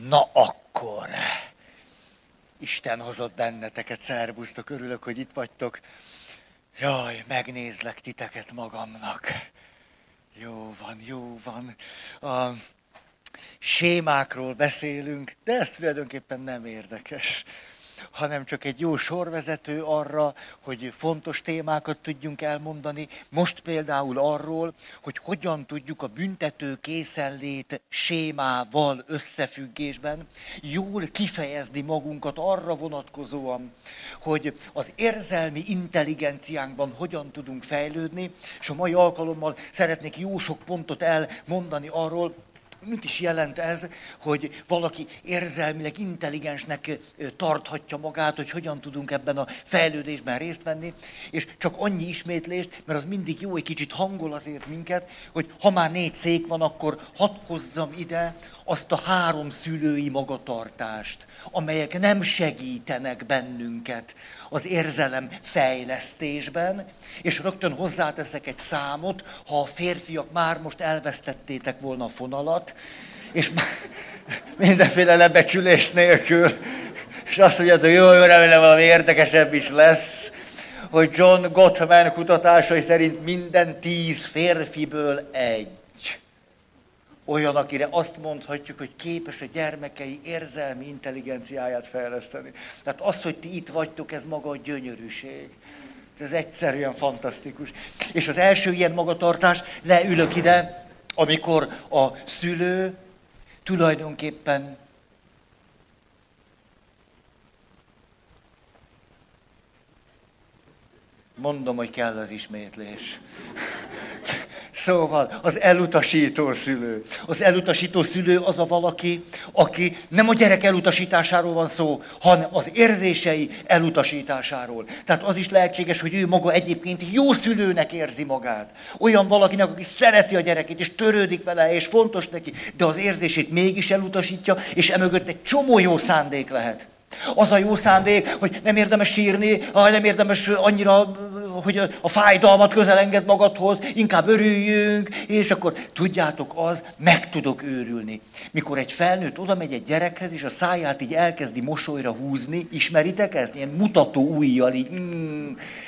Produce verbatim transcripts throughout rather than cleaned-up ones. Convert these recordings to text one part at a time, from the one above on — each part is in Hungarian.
Na akkor, Isten hozott benneteket, szervusztok, örülök, hogy itt vagytok. Jaj, megnézlek titeket magamnak. Jó van, jó van. A sémákról beszélünk, de ez tulajdonképpen nem érdekes, hanem csak egy jó sorvezető arra, hogy fontos témákat tudjunk elmondani. Most például arról, hogy hogyan tudjuk a büntető készenlét sémával összefüggésben jól kifejezni magunkat arra vonatkozóan, hogy az érzelmi intelligenciánkban hogyan tudunk fejlődni, és a mai alkalommal szeretnék jó sok pontot elmondani arról, mit is jelent ez, hogy valaki érzelmileg intelligensnek tarthatja magát, hogy hogyan tudunk ebben a fejlődésben részt venni, és csak annyi ismétlést, mert az mindig jó, egy kicsit hangol azért minket, hogy ha már négy szék van, akkor hadd hozzam ide azt a három szülői magatartást, amelyek nem segítenek bennünket az érzelem fejlesztésben, és rögtön hozzáteszek egy számot, ha a férfiak már most elvesztettétek volna a fonalat, és mindenféle lebecsülés nélkül, és azt mondjátok, jó, jó, remélem valami érdekesebb is lesz, hogy John Gottman kutatásai szerint minden tíz férfiből egy olyan, akire azt mondhatjuk, hogy képes a gyermekei érzelmi intelligenciáját fejleszteni. Tehát az, hogy ti itt vagytok, ez maga a gyönyörűség. Ez egyszerűen fantasztikus. És az első ilyen magatartás, leülök ide, amikor a szülő tulajdonképpen mondom, hogy kell az ismétlés. Szóval az elutasító szülő. Az elutasító szülő az a valaki, aki nem a gyerek elutasításáról van szó, hanem az érzései elutasításáról. Tehát az is lehetséges, hogy ő maga egyébként jó szülőnek érzi magát. Olyan valakinek, aki szereti a gyerekét, és törődik vele, és fontos neki, de az érzését mégis elutasítja, és emögött egy csomó jó szándék lehet. Az a jó szándék, hogy nem érdemes sírni, nem érdemes annyira, hogy a fájdalmat közel enged magadhoz, inkább örüljünk, és akkor tudjátok, az, meg tudok őrülni. Mikor egy felnőtt oda megy egy gyerekhez, és a száját így elkezdi mosolyra húzni, ismeritek ezt? Ilyen mutató ujjal így. Mm,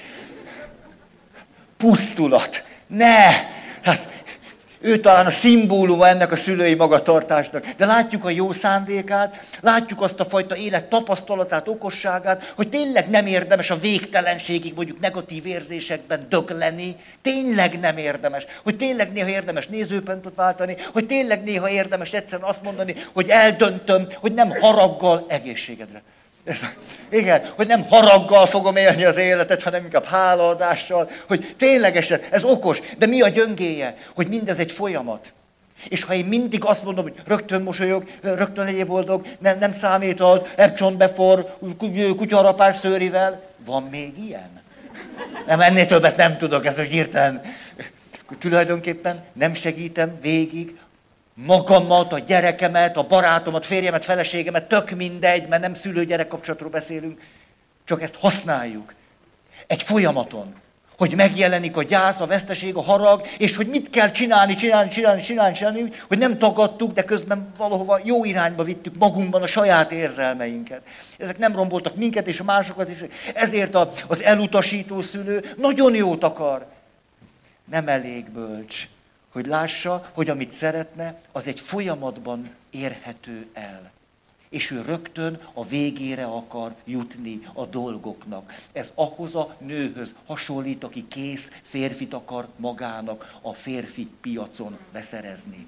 pusztulat. Ne! Hát, ő talán a szimbóluma ennek a szülői magatartásnak. De látjuk a jó szándékát, látjuk azt a fajta élet tapasztalatát, okosságát, hogy tényleg nem érdemes a végtelenségig, mondjuk negatív érzésekben dögleni, tényleg nem érdemes, hogy tényleg néha érdemes nézőpontot váltani, hogy tényleg néha érdemes egyszerűen azt mondani, hogy eldöntöm, hogy nem haraggal egészségedre. Ez, igen, hogy nem haraggal fogom élni az életet, hanem inkább hálaadással, hogy ténylegesen, ez okos, de mi a gyöngéje, hogy mindez egy folyamat. És ha én mindig azt mondom, hogy rögtön mosolyog, rögtön legyél boldog, nem, nem számít az, epcsontbefor, kutyaharapás szőrivel, van még ilyen? Nem, ennél többet nem tudok, ez most hirtelen. Tulajdonképpen nem segítem végig, magamat, a gyerekemet, a barátomat, férjemet, feleségemet, tök mindegy, mert nem szülő-gyerek kapcsolatról beszélünk, csak ezt használjuk. Egy folyamaton, hogy megjelenik a gyász, a veszteség, a harag, és hogy mit kell csinálni, csinálni, csinálni, csinálni, csinálni, hogy nem tagadtuk, de közben valahova jó irányba vittük magunkban a saját érzelmeinket. Ezek nem romboltak minket és a másokat is. Ezért az elutasító szülő nagyon jót akar. Nem elég bölcs, hogy lássa, hogy amit szeretne, az egy folyamatban érhető el. És ő rögtön a végére akar jutni a dolgoknak. Ez ahhoz a nőhöz hasonlít, aki kész férfit akar magának a férfi piacon beszerezni.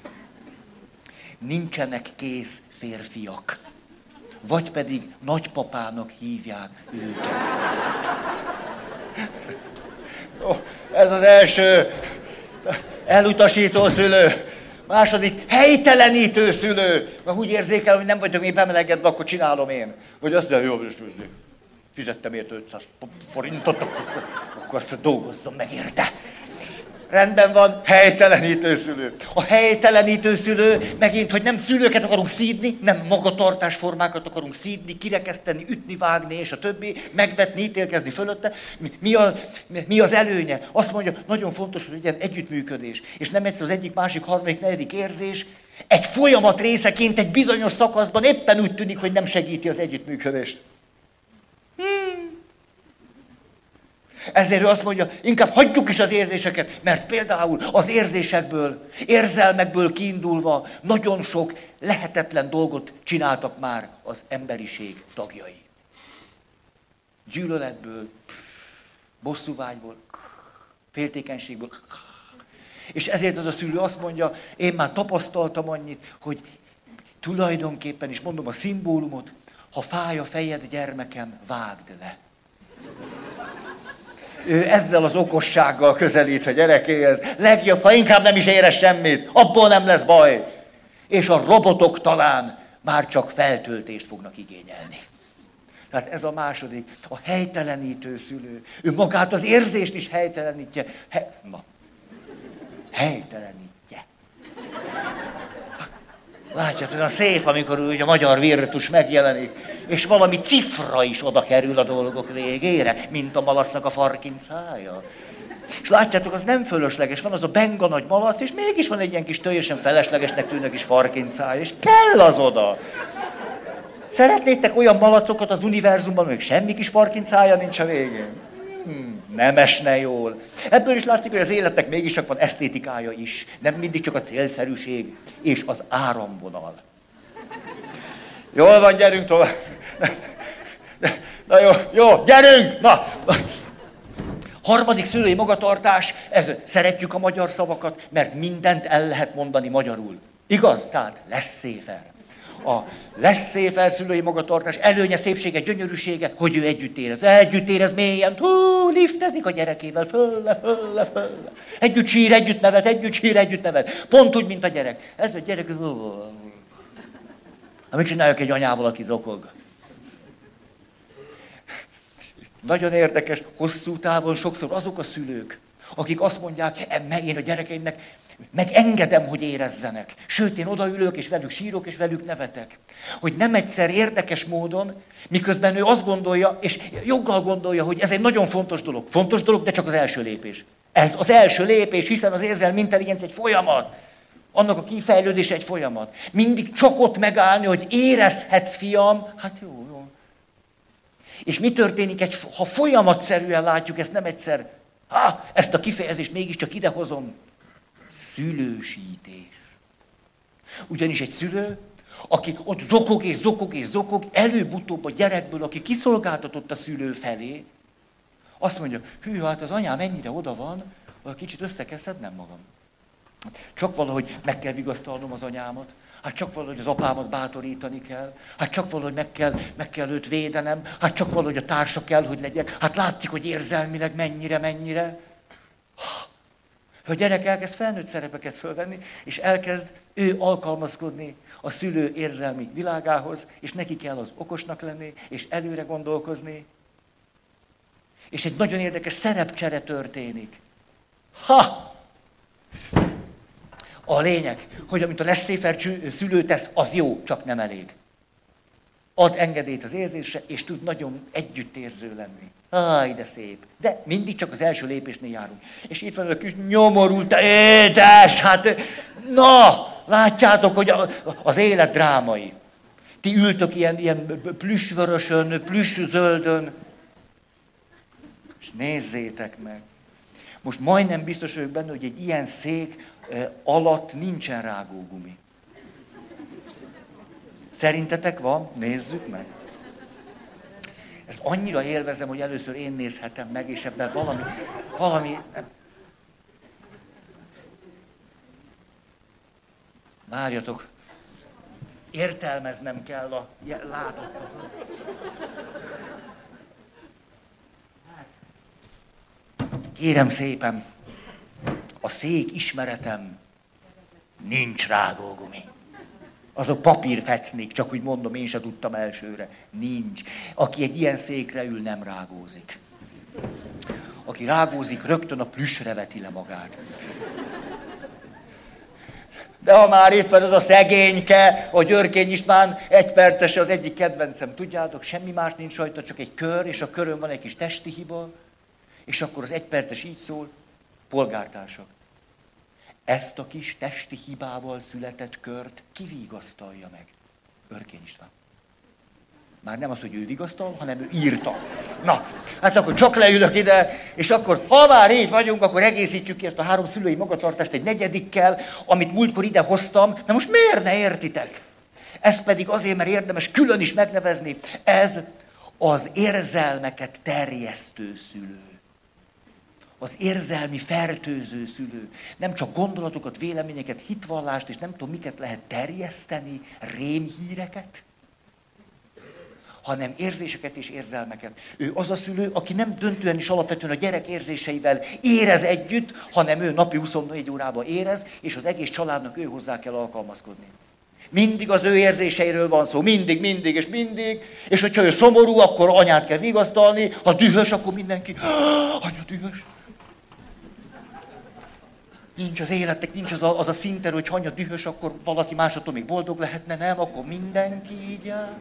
Nincsenek kész férfiak. Vagy pedig nagypapának hívják őket. Oh, ez az első elutasító szülő. Második, helytelenítő szülő. Mert úgy érzékel, hogy nem vagyok még bemelegedve, akkor csinálom én. Vagy azt mondja, jó, fizettem érte ötszáz forintot, akkor azt dolgozzon meg érte. Rendben van, helytelenítő szülő. A helytelenítő szülő megint, hogy nem szülőket akarunk szídni, nem magatartásformákat akarunk szídni, kirekeszteni, ütni, vágni, és a többi, megvetni, ítélkezni fölötte. Mi, a, mi az előnye? Azt mondja, nagyon fontos, hogy legyen együttműködés. És nem egyszer az egyik, másik, harmadik, negyedik érzés, Egy folyamat részeként egy bizonyos szakaszban éppen úgy tűnik, hogy nem segíti az együttműködést. Hmm. Ezért ő azt mondja, inkább hagyjuk is az érzéseket, mert például az érzésekből, érzelmekből kiindulva nagyon sok lehetetlen dolgot csináltak már az emberiség tagjai. Gyűlöletből, bosszúvágyból, féltékenységből. És ezért az a szülő azt mondja, én már tapasztaltam annyit, hogy tulajdonképpen is mondom a szimbólumot, ha fáj a fejed, gyermekem, vágd le. Ő ezzel az okossággal közelít a gyerekéhez. Legjobb, ha inkább nem is érez semmit, abból nem lesz baj. És a robotok talán már csak feltöltést fognak igényelni. Tehát ez a második, a helytelenítő szülő. Ő magát az érzést is helytelenítje. He, na, helytelenítje. Látjátok, olyan szép, amikor úgy a magyar virtus megjelenik, és valami cifra is oda kerül a dolgok végére, mint a malacnak a farkincája. És látjátok, az nem fölösleges, van az a benga nagy malac, és mégis van egy ilyen kis teljesen feleslegesnek tűnő kis farkincája, és kell az oda. Szeretnétek olyan malacokat az univerzumban, hogy semmi kis farkincája nincs a végén? Hmm, nem esne jól. Ebből is látszik, hogy az életnek mégis csak van esztétikája is. Nem mindig csak a célszerűség és az áramvonal. Jól van, gyerünk tovább. Na jó, jó, gyerünk! Na! Harmadik szülői magatartás, ez, szeretjük a magyar szavakat, mert mindent el lehet mondani magyarul. Igaz? Tehát laissez-faire. A laissez-faire szülői magatartás előnye, szépsége, gyönyörűsége, hogy ő együtt érez. Együtt érez mélyen, hú, liftezik a gyerekével, fölle, fölle, fölle. Együtt sír, együtt nevet, együtt sír, együtt nevet. Pont úgy, mint a gyerek. Ez a gyerek, amit csináljak egy anyával, aki zokog. Nagyon érdekes, hosszú távon sokszor azok a szülők, akik azt mondják, én a gyerekeimnek megengedem, hogy érezzenek. Sőt, én odaülök, és velük sírok, és velük nevetek. Hogy nem egyszer érdekes módon, miközben ő azt gondolja, és joggal gondolja, hogy ez egy nagyon fontos dolog. Fontos dolog, de csak az első lépés. Ez az első lépés, hiszen az érzelmi intelligencia egy folyamat. Annak a kifejlődése egy folyamat. Mindig csak ott megállni, hogy érezhetsz, fiam, hát jó, jó. És mi történik, egy, ha folyamatszerűen látjuk ezt, nem egyszer, ha, ezt a kifejezést mégiscsak idehozom, szülősítés. Ugyanis egy szülő, aki ott zokog és zokog és zokog, előbb-utóbb a gyerekből, aki kiszolgáltatott a szülő felé, azt mondja, hű, hát az anyám ennyire oda van, hogy kicsit össze kell szednem magam. Csak valahogy meg kell vigasztalnom az anyámat, hát csak valahogy az apámat bátorítani kell, hát csak valahogy meg kell, meg kell őt védenem, hát csak valahogy a társa kell, hogy legyek, hát látszik, hogy érzelmileg mennyire, mennyire. A gyerek elkezd felnőtt szerepeket fölvenni, és elkezd ő alkalmazkodni a szülő érzelmi világához, és neki kell az okosnak lenni, és előre gondolkozni. És egy nagyon érdekes szerepcsere történik. Ha! A lényeg, hogy amit a laissez-faire szülő tesz, az jó, csak nem elég. Ad engedélyt az érzésre, és tud nagyon együttérző lenni. Áj, de szép. De mindig csak az első lépésnél járunk. És itt van a kis nyomorult, édes, hát, na, látjátok, hogy az élet drámai. Ti ültök ilyen, ilyen plüssvörösön, plüsszöldön, és nézzétek meg. Most majdnem biztos vagyok benne, hogy egy ilyen szék alatt nincsen rágógumi. Szerintetek van? Nézzük meg. Ezt annyira élvezem, hogy először én nézhetem meg, és ebben valami, valami... Várjatok, értelmeznem kell a látottakat. Kérem szépen, a szék ismeretem nincs rágógumi. Azok papírfecnik, csak úgy mondom, én se tudtam elsőre. Nincs. Aki egy ilyen székre ül, nem rágózik. Aki rágózik, rögtön a plüssre veti le magát. De ha már itt van az a szegényke, a Györkény István, egy perces az egyik kedvencem. Tudjátok, semmi más nincs rajta, csak egy kör, és a körön van egy kis testi hiba, és akkor az egy perces így szól, polgártársak. ezt a kis testi hibával született kört kivigasztalja meg? Örkény István. Már nem az, hogy ő vigasztal, hanem ő írta. Na, hát akkor csak leülök ide, és akkor, ha már így vagyunk, akkor egészítjük ki ezt a három szülői magatartást egy negyedikkel, amit múltkor ide hoztam, de most miért ne értitek? Ez pedig azért, mert érdemes külön is megnevezni, ez az érzelmeket terjesztő szülő. Az érzelmi fertőző szülő. Nem csak gondolatokat, véleményeket, hitvallást, és nem tudom, miket lehet terjeszteni, rémhíreket, hanem érzéseket és érzelmeket. Ő az a szülő, aki nem döntően is alapvetően a gyerek érzéseivel érez együtt, hanem ő napi huszonnégy órában érez, és az egész családnak ő hozzá kell alkalmazkodni. Mindig az ő érzéseiről van szó, mindig, mindig és mindig, és hogyha ő szomorú, akkor anyát kell vigasztalni, ha dühös, akkor mindenki, anya dühös. Nincs az életnek, nincs az a, az a szinten, hogy ha anya dühös, akkor valaki másodtól még boldog lehetne, nem, akkor mindenki így áll.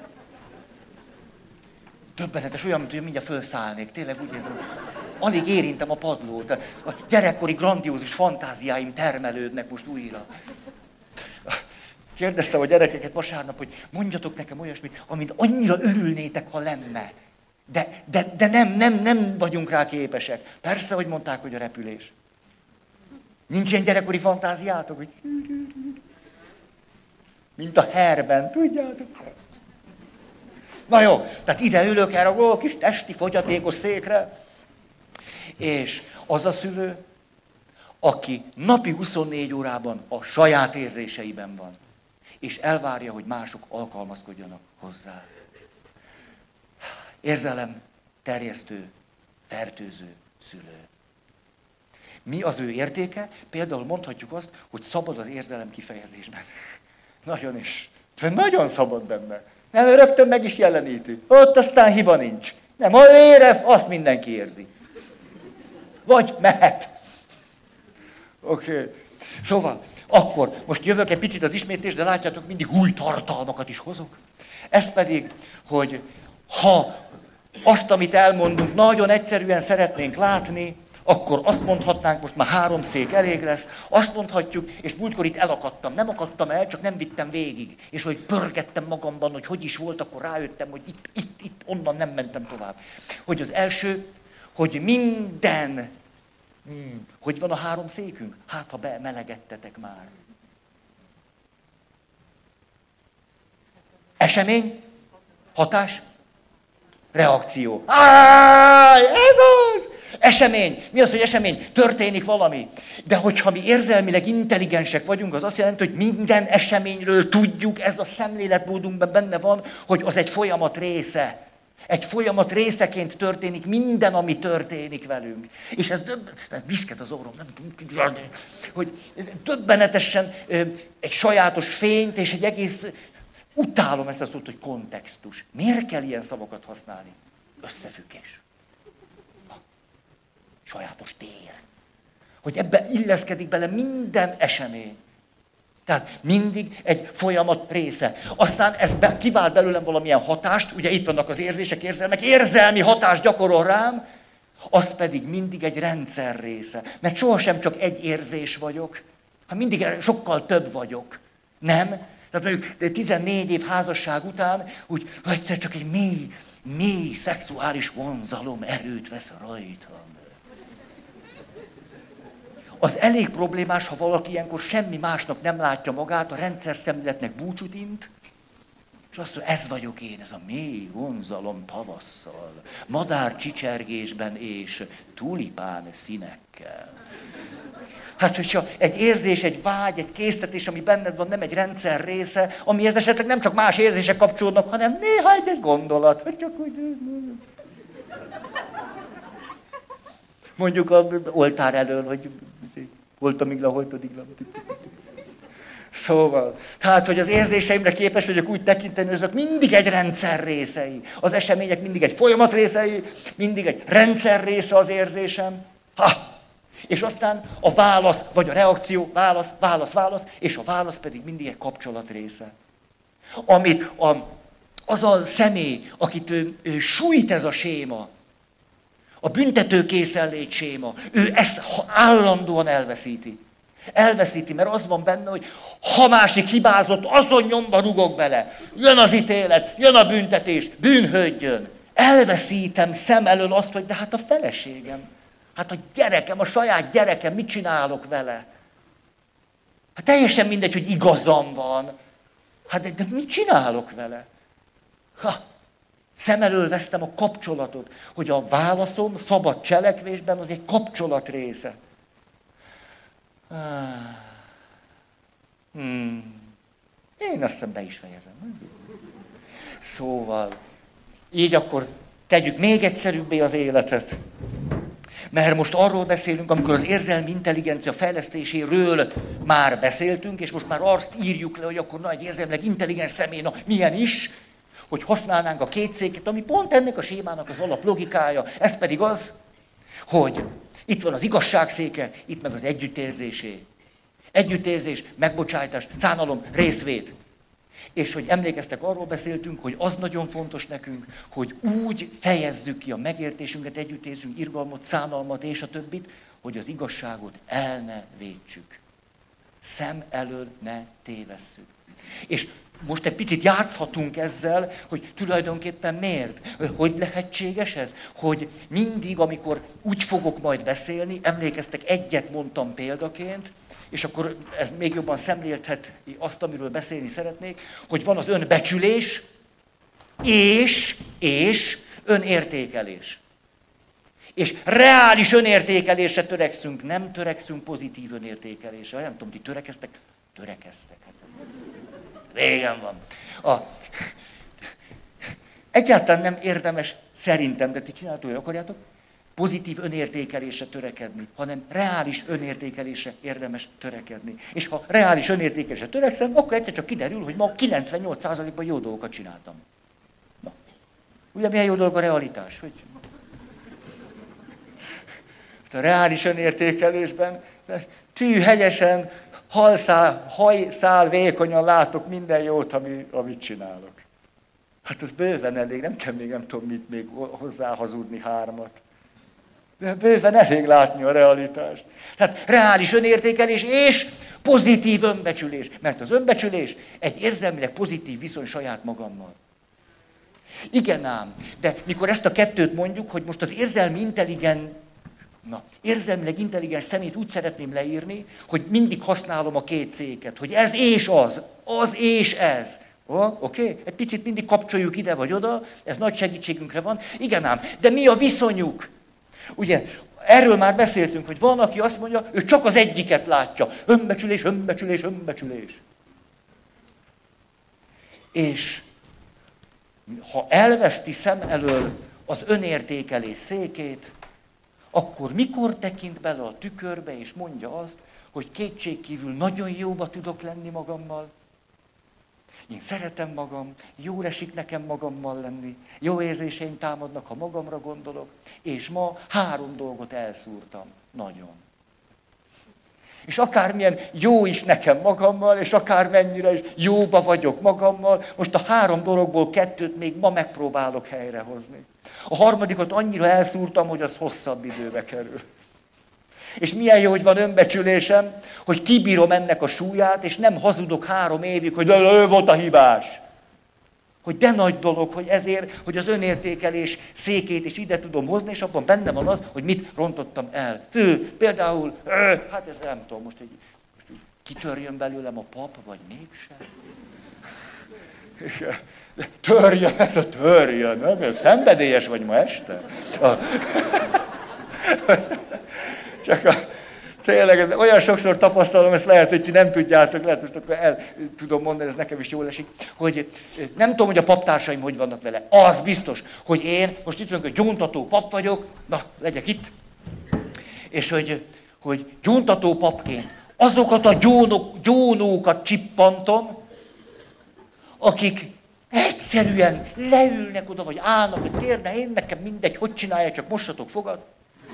Döbbenetes, olyan, mint hogy mindjárt felszállnék, tényleg úgy érzem, alig érintem a padlót. A gyerekkori grandiózus fantáziáim termelődnek most újra. Kérdeztem a gyerekeket vasárnap, hogy mondjatok nekem olyasmit, amit annyira örülnétek, ha lenne. De, de, de nem, nem, nem vagyunk rá képesek. Persze, hogy mondták, hogy a repülés. Nincs ilyen gyerekkori fantáziátok, hogy... Mint a herben, tudjátok? Na jó, tehát ide ülök erre a kis testi fogyatékos székre, és az a szülő, aki napi huszonnégy órában a saját érzéseiben van, és elvárja, hogy mások alkalmazkodjanak hozzá. Érzelem terjesztő, fertőző szülő. Mi az ő értéke? Például mondhatjuk azt, hogy szabad az érzelem kifejezésben. Nagyon is. Nagyon szabad benne. Nem, ő rögtön meg is jeleníti. Ott aztán hiba nincs. Nem, ha ő érez, azt mindenki érzi. Vagy mehet. Oké. Okay. Szóval, akkor most jövök egy picit az ismétlés, de látjátok, mindig új tartalmakat is hozok. Ez pedig, hogy ha azt, amit elmondunk, nagyon egyszerűen szeretnénk látni, akkor azt mondhatnánk, most már három szék elég lesz, azt mondhatjuk, és múltkor itt elakadtam. Nem akadtam el, csak nem vittem végig. És hogy pörgettem magamban, hogy hogy is volt, akkor rájöttem, hogy itt, itt, itt, onnan nem mentem tovább. Hogy az első, hogy minden, hmm, hogy van a három székünk? Hát, ha bemelegettetek már. Esemény, hatás, reakció. Áj, ez az! Esemény. Mi az, hogy esemény? Történik valami. De hogyha mi érzelmileg intelligensek vagyunk, az azt jelenti, hogy minden eseményről tudjuk, ez a szemléletmódunkban benne van, hogy az egy folyamat része. Egy folyamat részeként történik minden, ami történik velünk. És ez döbbenetes, viszket az orrom, nem tudom, hogy döbbenetesen egy sajátos fényt és egy egész... Utálom ezt a szót, hogy kontextus. Miért kell ilyen szavakat használni? Összefüggés. Sajátos tér. Hogy ebbe illeszkedik bele minden esemény. Tehát mindig egy folyamat része. Aztán ez be, kivált belőlem valamilyen hatást, ugye itt vannak az érzések, érzelmek, érzelmi hatást gyakorol rám, az pedig mindig egy rendszer része. Mert sohasem csak egy érzés vagyok, ha mindig sokkal több vagyok. Nem? Tehát mondjuk tizennégy év házasság után, úgy egyszer csak egy mély, mély szexuális vonzalom erőt vesz rajtam. Az elég problémás, ha valaki ilyenkor semmi másnak nem látja magát, a rendszer szemléletnek búcsút int, és azt mondja, ez vagyok én, ez a mély vonzalom tavasszal, madár csicsergésben és tulipán színekkel. Hát, hogyha egy érzés, egy vágy, egy késztetés, ami benned van, nem egy rendszer része, amihez esetleg nem csak más érzések kapcsolódnak, hanem néha egy-egy gondolat, hogy csak úgy... Mondjuk az oltár elől, hogy holtam igla, holtad igla. Szóval, tehát, hogy az érzéseimre képes vagyok úgy tekinteni, hogy azok mindig egy rendszer részei. Az események mindig egy folyamat részei, mindig egy rendszer része az érzésem. Ha! És aztán a válasz, vagy a reakció, válasz, válasz, válasz, és a válasz pedig mindig egy kapcsolat része. Amit a, az a személy, akit ő, ő sújt ez a séma, a büntető készenlét séma, ő ezt állandóan elveszíti. Elveszíti, mert az van benne, hogy ha másik hibázott, azon nyomba rugok bele. Jön az ítélet, jön a büntetés, bűnhődjön. Elveszítem szem elől azt, hogy de hát a feleségem, hát a gyerekem, a saját gyerekem, mit csinálok vele? Hát teljesen mindegy, hogy igazam van. Hát de, de mit csinálok vele? Ha, szem elől vesztem a kapcsolatot, hogy a válaszom szabad cselekvésben az egy kapcsolat része. Hmm. Én azt hiszem, be is fejezem. Szóval, így akkor tegyük még egyszerűbbé az életet. Mert most arról beszélünk, amikor az érzelmi intelligencia fejlesztéséről már beszéltünk, és most már azt írjuk le, hogy akkor na, egy érzelmileg intelligens személy, na milyen is, hogy használnánk a két széket, ami pont ennek a sémának az alaplogikája. Ez pedig az, hogy itt van az igazság széke, itt meg az együttérzésé. Együttérzés, megbocsájtás, szánalom, részvét. És hogy emlékeztek, arról beszéltünk, hogy az nagyon fontos nekünk, hogy úgy fejezzük ki a megértésünket, együttérzünk, irgalmat, szánalmat és a többit, hogy az igazságot el ne vétsük. Szem elől ne tévesszük. És most egy picit játszhatunk ezzel, hogy tulajdonképpen miért? Hogy lehetséges ez? Hogy mindig, amikor úgy fogok majd beszélni, emlékeztek, egyet mondtam példaként, és akkor ez még jobban szemléltheti azt, amiről beszélni szeretnék, hogy van az önbecsülés és, és önértékelés. És reális önértékelésre törekszünk, nem törekszünk pozitív önértékelésre. Nem tudom, ti törekeztek? Törekeztek. Hát régen van. A... Egyáltalán nem érdemes, szerintem, de ti csináltok, hogy akarjátok, pozitív önértékelésre törekedni, hanem reális önértékelésre érdemes törekedni. És ha reális önértékelésre törekszem, akkor egyszer csak kiderül, hogy ma kilencvennyolc százalékban jó dolgokat csináltam. Na. Ugye milyen jó dolog a realitás? Hogy... A reális önértékelésben tűhegyesen, halszál, hajszál vékonyan látok minden jót, ami, amit csinálok. Hát ez bőven elég, nem kell még nem tudom mit még hozzá hazudni hármat. De bőven elég látni a realitást. Tehát reális önértékelés és pozitív önbecsülés. Mert az önbecsülés egy érzelmileg pozitív viszony saját magammal. Igen ám, de mikor ezt a kettőt mondjuk, hogy most az érzelmi intelligens, na, érzelmileg intelligens szemét úgy szeretném leírni, hogy mindig használom a két széket, hogy ez és az, az és ez. Oh, oké? Okay? Egy picit mindig kapcsoljuk ide vagy oda, ez nagy segítségünkre van. Igen ám, de mi a viszonyuk? Ugye, erről már beszéltünk, hogy van, aki azt mondja, ő csak az egyiket látja. Önbecsülés, önbecsülés, önbecsülés. És ha elveszti szem elől az önértékelés székét, akkor mikor tekint bele a tükörbe, és mondja azt, hogy kétségkívül nagyon jóba tudok lenni magammal, én szeretem magam, jól esik nekem magammal lenni, jó érzéseim támadnak, ha magamra gondolok, és ma három dolgot elszúrtam. Nagyon. És akármilyen jó is nekem magammal, és akármennyire is jóba vagyok magammal, most a három dologból kettőt még ma megpróbálok helyrehozni. A harmadikat annyira elszúrtam, hogy az hosszabb időbe kerül. És milyen jó, hogy van önbecsülésem, hogy kibírom ennek a súlyát, és nem hazudok három évig, hogy ő volt a hibás. Hogy de nagy dolog, hogy ezért, hogy az önértékelés székét is ide tudom hozni, és abban benne van az, hogy mit rontottam el. Fő, például, hát ez nem tudom, most, egy, most egy kitörjön belőlem a pap, vagy mégsem. Törjön, ez a törjön, nem? Szenvedélyes vagy ma este. Csak a, tényleg olyan sokszor tapasztalom, ezt lehet, hogy ti nem tudjátok, lehet most akkor el tudom mondani, ez nekem is jól esik, hogy nem tudom, hogy a paptársaim hogy vannak vele. Az biztos, hogy én most itt vagyok, hogy gyóntató pap vagyok, na, legyek itt, és hogy, hogy gyóntató papként azokat a gyónok, gyónókat csippantom, akik egyszerűen leülnek oda, vagy állnak, hogy térne, én nekem mindegy, hogy csinálja, csak mossatok fogad.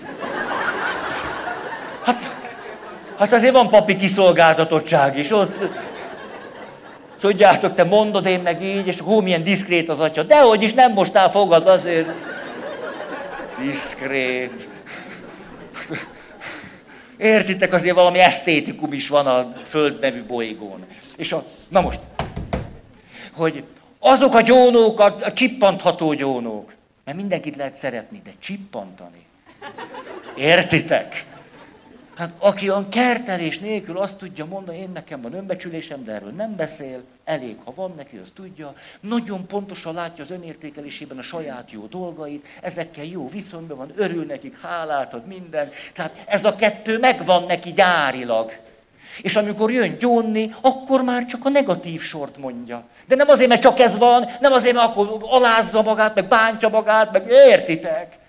Hát, hát azért van papi kiszolgáltatottság is, ott tudjátok, te mondod, én meg így, és hó, milyen diszkrét az atya. Dehogy is nem mostál fogad, azért. Diszkrét. Értitek, azért valami esztétikum is van a Föld nevű bolygón. És a, na most, hogy azok a gyónók, a, a csippantható gyónók, mert mindenkit lehet szeretni, de csippantani. Értitek? Hát aki olyan kertelés nélkül azt tudja mondani, én nekem van önbecsülésem, de erről nem beszél, elég, ha van neki, azt tudja. Nagyon pontosan látja az önértékelésében a saját jó dolgait, ezekkel jó viszonyban van, örül nekik, hálát ad minden. Tehát ez a kettő megvan neki gyárilag. És amikor jön gyónni, akkor már csak a negatív sort mondja. De nem azért, mert csak ez van, nem azért, mert akkor alázza magát, meg bántja magát, meg értitek?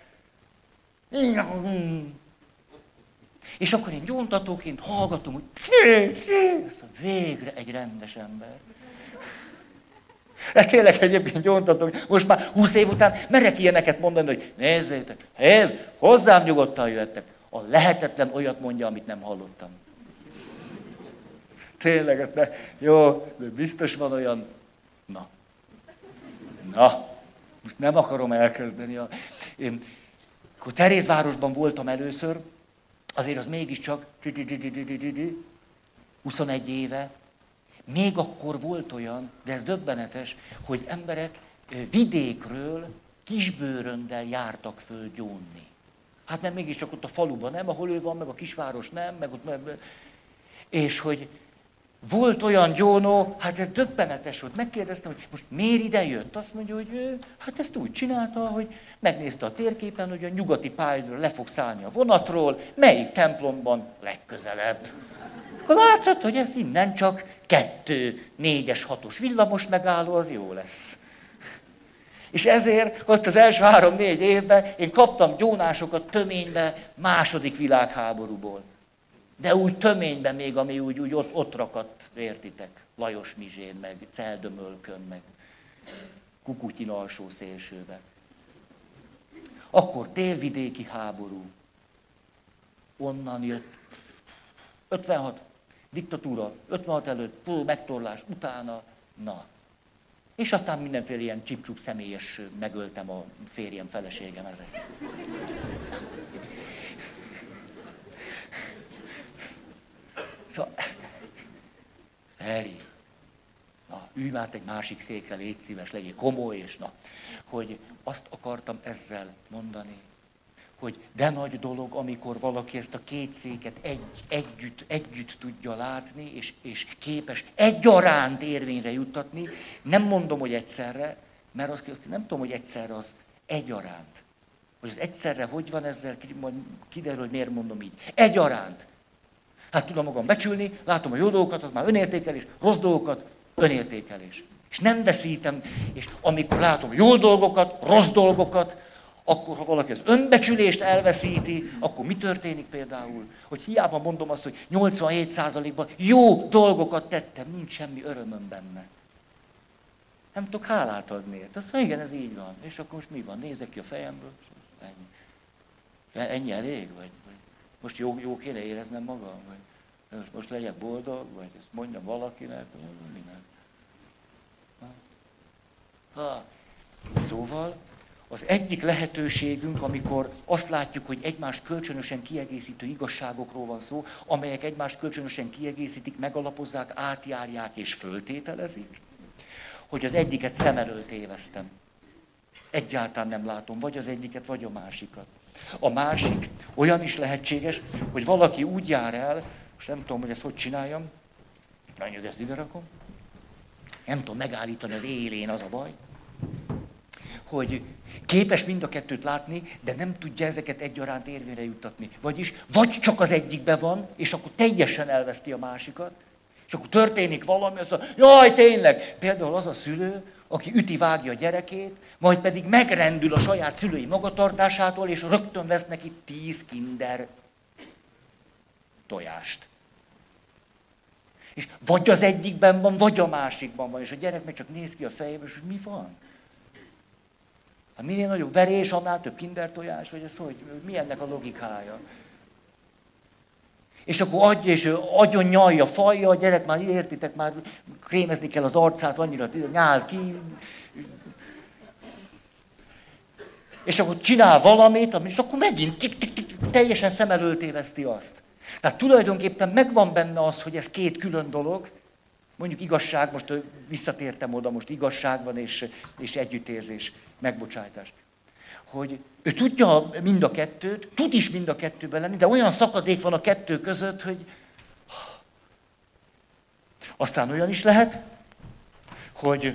És akkor én gyóntatóként hallgatom, hogy ezt végre egy rendes ember. De tényleg egyébként gyóntatók, most már húsz év után merek ilyeneket mondani, hogy nézzétek, hé, hozzám nyugodtan jöttek. A lehetetlen olyat mondja, amit nem hallottam. Tényleg, de jó, de biztos van olyan, na, na, most nem akarom elkezdeni. A... Én, akkor Terézvárosban voltam először, azért az mégiscsak huszonegy éve, még akkor volt olyan, de ez döbbenetes, hogy emberek vidékről kisbőröndel jártak föl gyónni. Hát nem mégiscsak ott a faluban nem, ahol ő van, meg a kisváros nem, meg ott... Meg... És hogy volt olyan gyónó, hát ez döbbenetes volt. Megkérdeztem, hogy most miért ide jött? Azt mondja, hogy ő, hát ezt úgy csinálta, hogy megnézte a térképen, hogy a nyugati pályára le fog szállni a vonatról, melyik templomban legközelebb. Akkor látszott, hogy ez innen csak kettő, négyes, hatos villamos megálló, az jó lesz. És ezért ott az első három-négy évben én kaptam gyónásokat töménybe második világháborúból. De úgy töményben még, ami úgy, úgy ott, ott rakadt, értitek, Lajos Mizsén, meg Celdömölkön, meg Kukutyin alsó szélsőbe. Akkor délvidéki háború. Onnan jött ötvenhat, diktatúra, ötvenhat előtt, megtorlás, utána, na. És aztán mindenféle ilyen csip-csup személyes, megöltem a férjem, feleségem, ezek. Szóval, Feri, na, ülj már egy másik székre, légy szíves, legyél komoly, és na, hogy azt akartam ezzel mondani, hogy de nagy dolog, amikor valaki ezt a két széket egy, együtt, együtt tudja látni, és, és képes egyaránt érvényre juttatni. Nem mondom, hogy egyszerre, mert azt nem tudom, hogy egyszerre az egyaránt. Hogy az egyszerre hogy van ezzel, kiderül, hogy miért mondom így. Egyaránt. Hát tudom magam becsülni, látom a jó dolgokat, az már önértékelés, rossz dolgokat, önértékelés. És nem veszítem, és amikor látom jó dolgokat, rossz dolgokat, akkor ha valaki az önbecsülést elveszíti, akkor mi történik például? Hogy hiába mondom azt, hogy nyolcvanhét százalékban jó dolgokat tettem, nincs semmi örömöm benne. Nem tudok hálát adni. Azt mondja, igen, ez így van. És akkor most mi van? Nézek ki a fejemből. Ennyi, ennyi elég? Vagy, vagy most jó, jó kéne éreznem magam? Vagy most, most legyek boldog? Vagy ezt mondjam valakinek? Vagy minek? Ha. Szóval az egyik lehetőségünk, amikor azt látjuk, hogy egymást kölcsönösen kiegészítő igazságokról van szó, amelyek egymást kölcsönösen kiegészítik, megalapozzák, átjárják és föltételezik, hogy az egyiket szem elől tévesztem. Egyáltalán nem látom, vagy az egyiket, vagy a másikat. A másik olyan is lehetséges, hogy valaki úgy jár el, most nem tudom, hogy ezt hogy csináljam, nagyon ezt ide rakom, nem tudom megállítani az élén, az a baj, hogy képes mind a kettőt látni, de nem tudja ezeket egyaránt érvényre juttatni. Vagyis vagy csak az egyikben van, és akkor teljesen elveszti a másikat, és akkor történik valami, azt mondja, jaj, tényleg! Például az a szülő, aki üti-vágja a gyerekét, majd pedig megrendül a saját szülői magatartásától, és rögtön vesz neki tíz kinder tojást. És vagy az egyikben van, vagy a másikban van, és a gyerek meg csak néz ki a fejébe, és hogy mi van? Hát minél nagyobb verés, annál több kinder tojás, vagy ez hogy? Mi ennek a logikája? És akkor adja, és adjon nyalja, falja, a gyerek már, értitek, már krémezni kell az arcát, annyira nyál ki. És akkor csinál valamit, és akkor megint tik, tik, tik, teljesen szem elől téveszti azt. Tehát tulajdonképpen megvan benne az, hogy ez két külön dolog, mondjuk igazság, most visszatértem oda, most igazság van és, és együttérzés, megbocsájtás. Hogy ő tudja mind a kettőt, tud is mind a kettőben lenni, de olyan szakadék van a kettő között, hogy aztán olyan is lehet, hogy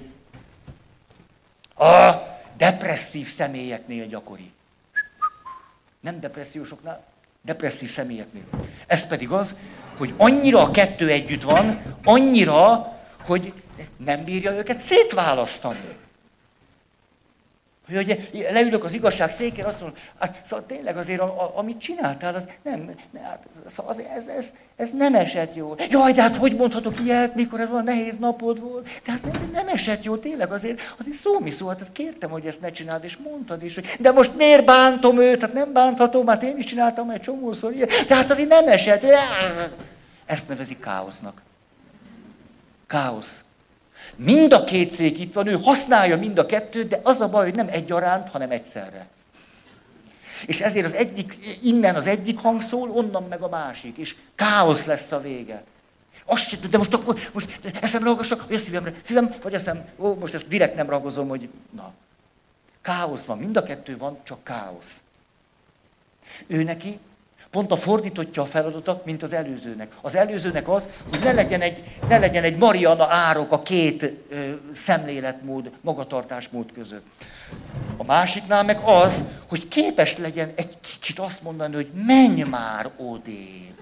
a depresszív személyeknél gyakori. Nem depressziósoknál, depresszív személyeknél. Ez pedig az, hogy annyira a kettő együtt van, annyira, hogy nem bírja őket szétválasztani. Hogy ugye, leülök az igazság székén, azt mondom, hát, szóval tényleg azért, a, a, amit csináltál, az nem, ne, hát, szóval az, ez, ez, ez nem esett jól. Jaj, de hát hogy mondhatok ilyet, mikor ez olyan nehéz napod volt? De hát nem, nem esett jól, tényleg azért, azért szó mi szó, hát ezt kértem, hogy ezt ne csináld, és mondtad is, hogy de most miért bántom őt, hát nem bánthatom, hát én is csináltam egy csomószor ilyet, de hát azért nem esett. Ezt nevezik káosznak. Káosz. Mind a két cég itt van, ő használja mind a kettőt, de az a baj, hogy nem egyaránt, hanem egyszerre. És ezért az egyik, innen az egyik hang szól, onnan meg a másik, és káosz lesz a vége. Azt sem, de most akkor, most eszemre raggassak, vagy a szívemre, szívem, vagy eszem, ó, most ezt direkt nem ragozom, hogy na. Káosz van, mind a kettő van, csak káosz. Ő neki pont a fordítottja a feladata, mint az előzőnek. Az előzőnek az, hogy ne legyen egy, ne legyen egy Mariana árok a két ö, szemléletmód, magatartásmód között. A másiknál meg az, hogy képes legyen egy kicsit azt mondani, hogy menj már odébb.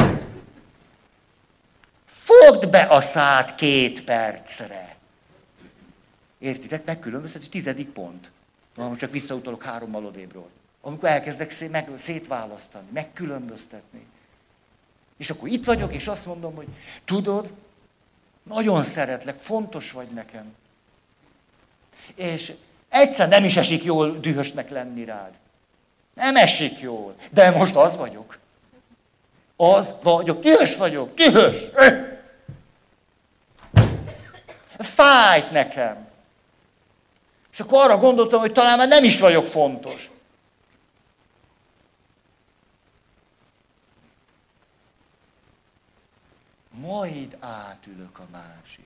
Fogd be a szád két percre. Értitek? Megkülönböztetés, tizedik pont. Na, most csak visszautalok hárommal odébről. Amikor elkezdek szé- meg, szétválasztani, megkülönböztetni. És akkor itt vagyok, és azt mondom, hogy tudod, nagyon szeretlek, fontos vagy nekem. És egyszer nem is esik jól dühösnek lenni rád. Nem esik jól, de most az vagyok. Az vagyok, dühös vagyok, dühös. Fájt nekem. És akkor arra gondoltam, hogy talán már nem is vagyok fontos. Majd átülök a másik.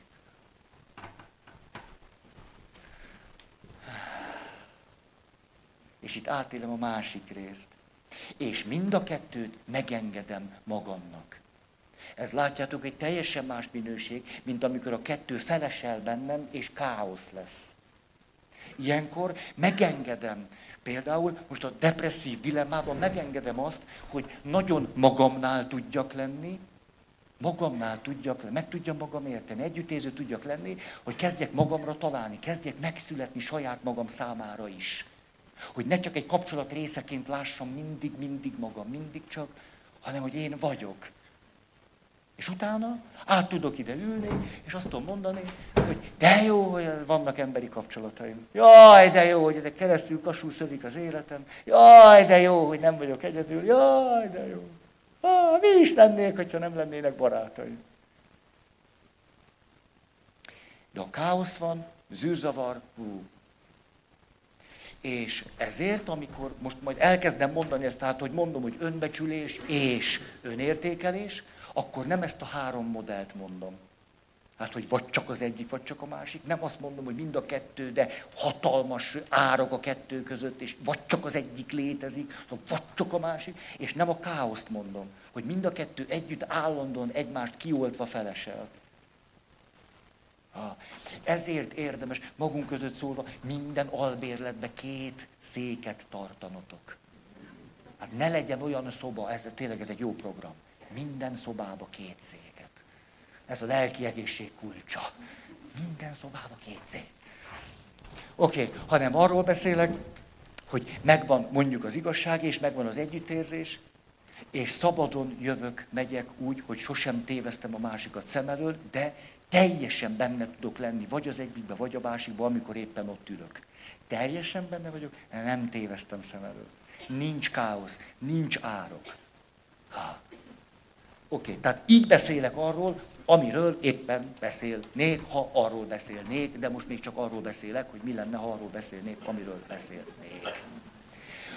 És itt átélem a másik részt. És mind a kettőt megengedem magamnak. Ez látjátok, egy teljesen más minőség, mint amikor a kettő felesel bennem, és káosz lesz. Ilyenkor megengedem. Például most a depresszív dilemmában megengedem azt, hogy nagyon magamnál tudjak lenni, magamnál tudjak lenni, meg tudjam magam érteni, együttérző tudjak lenni, hogy kezdjek magamra találni, kezdjek megszületni saját magam számára is. Hogy ne csak egy kapcsolat részeként lássam mindig, mindig magam, mindig csak, hanem hogy én vagyok. És utána át tudok ide ülni, és azt tudom mondani, hogy de jó, hogy vannak emberi kapcsolataim. Jaj, de jó, hogy ezek keresztül kasul szörik az életem. Jaj, de jó, hogy nem vagyok egyedül. Jaj, de jó. Ah, mi is lennék, hogyha nem lennének barátaim. De a káosz van, zűrzavar, hú. És ezért, amikor most majd elkezdem mondani ezt, tehát, hogy mondom, hogy önbecsülés és önértékelés, akkor nem ezt a három modellt mondom. Hát, hogy vagy csak az egyik, vagy csak a másik. Nem azt mondom, hogy mind a kettő, de hatalmas árok a kettő között, és vagy csak az egyik létezik, vagy csak a másik. És nem a káoszt mondom, hogy mind a kettő együtt állandóan egymást kioltva felesel. Ha. Ezért érdemes magunk között szólva minden albérletbe két széket tartanotok. Hát ne legyen olyan szoba, ez tényleg ez egy jó program. Minden szobába két széket. Ez a lelki egészség kulcsa. Minden szobába két szék. Oké, okay, hanem arról beszélek, hogy megvan mondjuk az igazság, és megvan az együttérzés, és szabadon jövök, megyek úgy, hogy sosem téveztem a másikat szem elől, de teljesen benne tudok lenni, vagy az egyikbe, vagy a másikba, amikor éppen ott ülök. Teljesen benne vagyok, nem téveztem szem elől. Nincs káosz, nincs árok. Ha. Oké, okay, tehát így beszélek arról, amiről éppen beszélnék, ha arról beszélnék, de most még csak arról beszélek, hogy mi lenne, ha arról beszélnék, amiről beszélnék.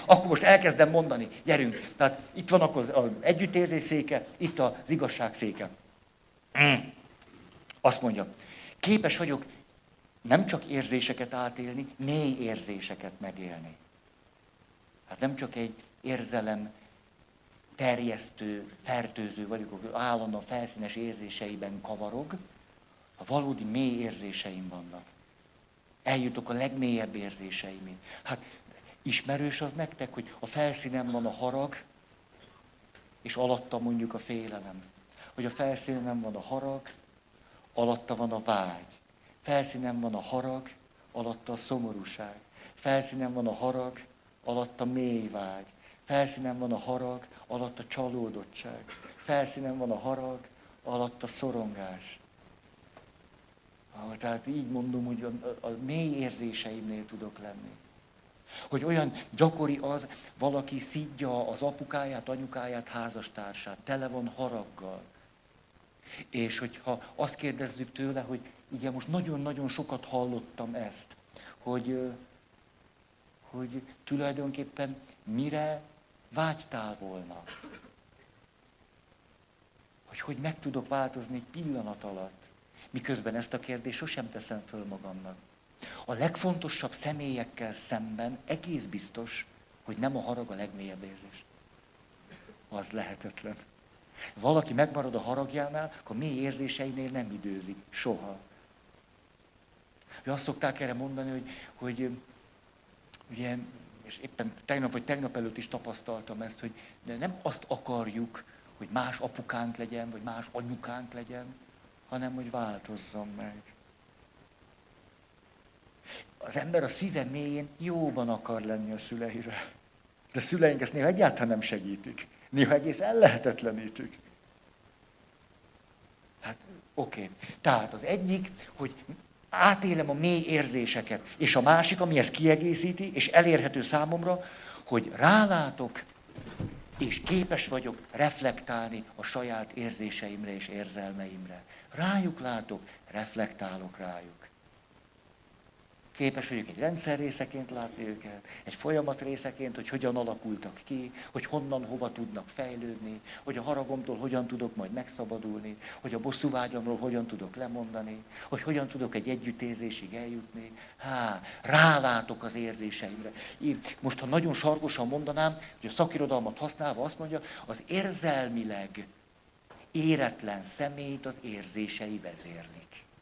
Akkor most elkezdem mondani, gyerünk. Tehát itt van akkor az együttérzés széke, itt az igazság széke. Mm. Azt mondja, képes vagyok nem csak érzéseket átélni, mély érzéseket megélni. Hát nem csak egy érzelem terjesztő, fertőző vagyok, hogy állandóan felszínes érzéseiben kavarog, a valódi mély érzéseim vannak. Eljutok a legmélyebb érzéseimig. Hát ismerős az nektek, hogy a felszínen van a harag, és alatta mondjuk a félelem. Hogy a felszínen van a harag, alatta van a vágy. Felszínen van a harag, alatta a szomorúság. Felszínen van a harag, alatta mély vágy. Felszínen van a harag, alatt a csalódottság. Felszínen van a harag, alatt a szorongás. Ah, tehát így mondom, hogy a, a mély érzéseimnél tudok lenni. Hogy olyan gyakori az, valaki szidja az apukáját, anyukáját, házastársát, tele van haraggal. És hogyha azt kérdezzük tőle, hogy igen, most nagyon-nagyon sokat hallottam ezt, hogy, hogy tulajdonképpen mire vágytál volna. Hogy hogy meg tudok változni egy pillanat alatt. Miközben ezt a kérdést sosem teszem föl magamnak. A legfontosabb személyekkel szemben egész biztos, hogy nem a harag a legmélyebb érzés. Az lehetetlen. Valaki megmarad a haragjánál, akkor mély érzéseinél nem időzik. Soha. Azt szokták erre mondani, hogy, hogy ugye, és éppen tegnap vagy tegnap előtt is tapasztaltam ezt, hogy nem azt akarjuk, hogy más apukánk legyen, vagy más anyukánk legyen, hanem hogy változzon meg. Az ember a szíve mélyén jóban akar lenni a szüleire. De a szüleink ezt néha egyáltalán nem segítik. Néha egész ellehetetlenítik. Hát oké. Okay. Tehát az egyik, hogy átélem a mély érzéseket, és a másik, ami ezt kiegészíti, és elérhető számomra, hogy rálátok, és képes vagyok reflektálni a saját érzéseimre és érzelmeimre. Rájuk látok, reflektálok rájuk. Képes vagyok egy rendszer részeként látni őket, egy folyamat részeként, hogy hogyan alakultak ki, hogy honnan, hova tudnak fejlődni, hogy a haragomtól hogyan tudok majd megszabadulni, hogy a bosszúvágyamról hogyan tudok lemondani, hogy hogyan tudok egy együttérzésig eljutni. Há, rálátok az érzéseimre. Én most, ha nagyon sarkosan mondanám, hogy a szakirodalmat használva azt mondja, az érzelmileg éretlen személyt az érzései vezérlik.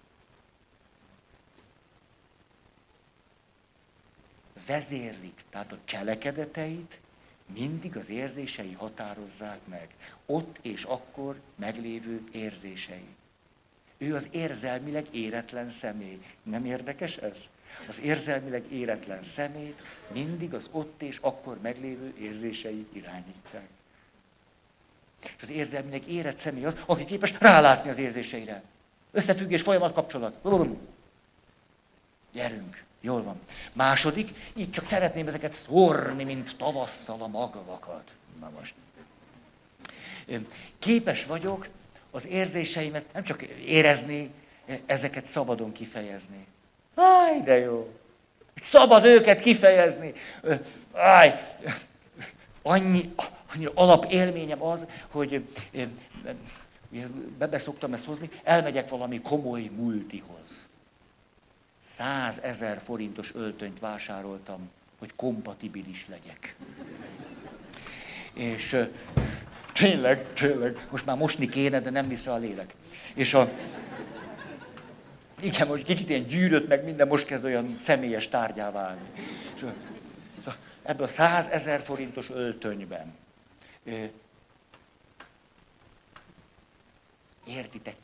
Vezérlik, tehát a cselekedeteit mindig az érzései határozzák meg. Ott és akkor meglévő érzései. Ő az érzelmileg éretlen személy. Nem érdekes ez? Az érzelmileg éretlen személyt mindig az ott és akkor meglévő érzései irányítják. És az érzelmileg érett személy az, aki képes rálátni az érzéseire. Összefüggés, folyamat, kapcsolat. Gyerünk! Jól van. Második, így csak szeretném ezeket szórni, mint tavasszal a magvakat. Na most. Képes vagyok az érzéseimet nem csak érezni, ezeket szabadon kifejezni. Áj, de jó. Szabad őket kifejezni. Áj, annyi, annyira alapélményem az, hogy be szoktam ezt hozni, elmegyek valami komoly multihoz. Százezer forintos öltönyt vásároltam, hogy kompatibilis legyek. És uh, tényleg, tényleg, most már mosni kéne, de nem visz rá a lélek. És a... Igen, most kicsit ilyen gyűrött meg minden, most kezd olyan személyes tárgyá válni. És, uh, szóval ebben a százezer forintos öltönyben. Uh, értitek?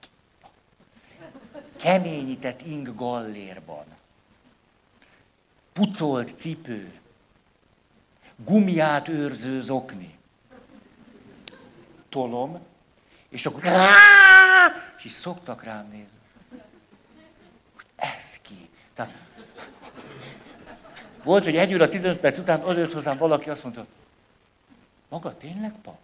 Keményített ing gallérban, pucolt cipő, gumiát őrző zokni. Tolom, és akkor és így szoktak rám nézni. Most ez ki? Tehát, volt, hogy egy óra tizenöt perc után odajött hozzám valaki, azt mondta, maga tényleg pap?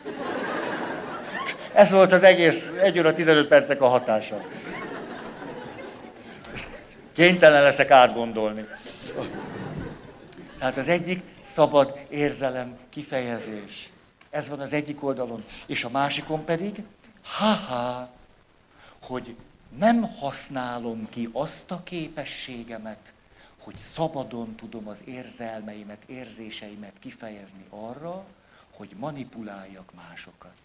Ez volt az egész egy óra tizenöt percek a hatása. Kénytelen leszek átgondolni. Tehát az egyik, szabad érzelem kifejezés. Ez van az egyik oldalon. És a másikon pedig, ha-ha, hogy nem használom ki azt a képességemet, hogy szabadon tudom az érzelmeimet, érzéseimet kifejezni arra, hogy manipuláljak másokat.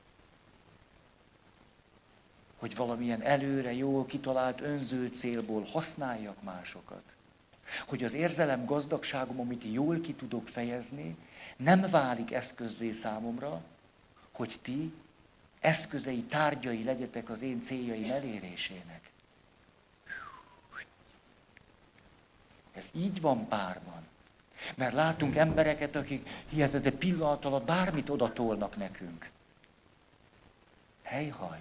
Hogy valamilyen előre jól kitalált önző célból használjak másokat. Hogy az érzelem gazdagságom, amit jól ki tudok fejezni, nem válik eszközzé számomra, hogy ti eszközei, tárgyai legyetek az én céljaim elérésének. Ez így van párban. Mert látunk embereket, akik hihetetlen pillanat alatt bármit odatolnak nekünk. Helyhaj.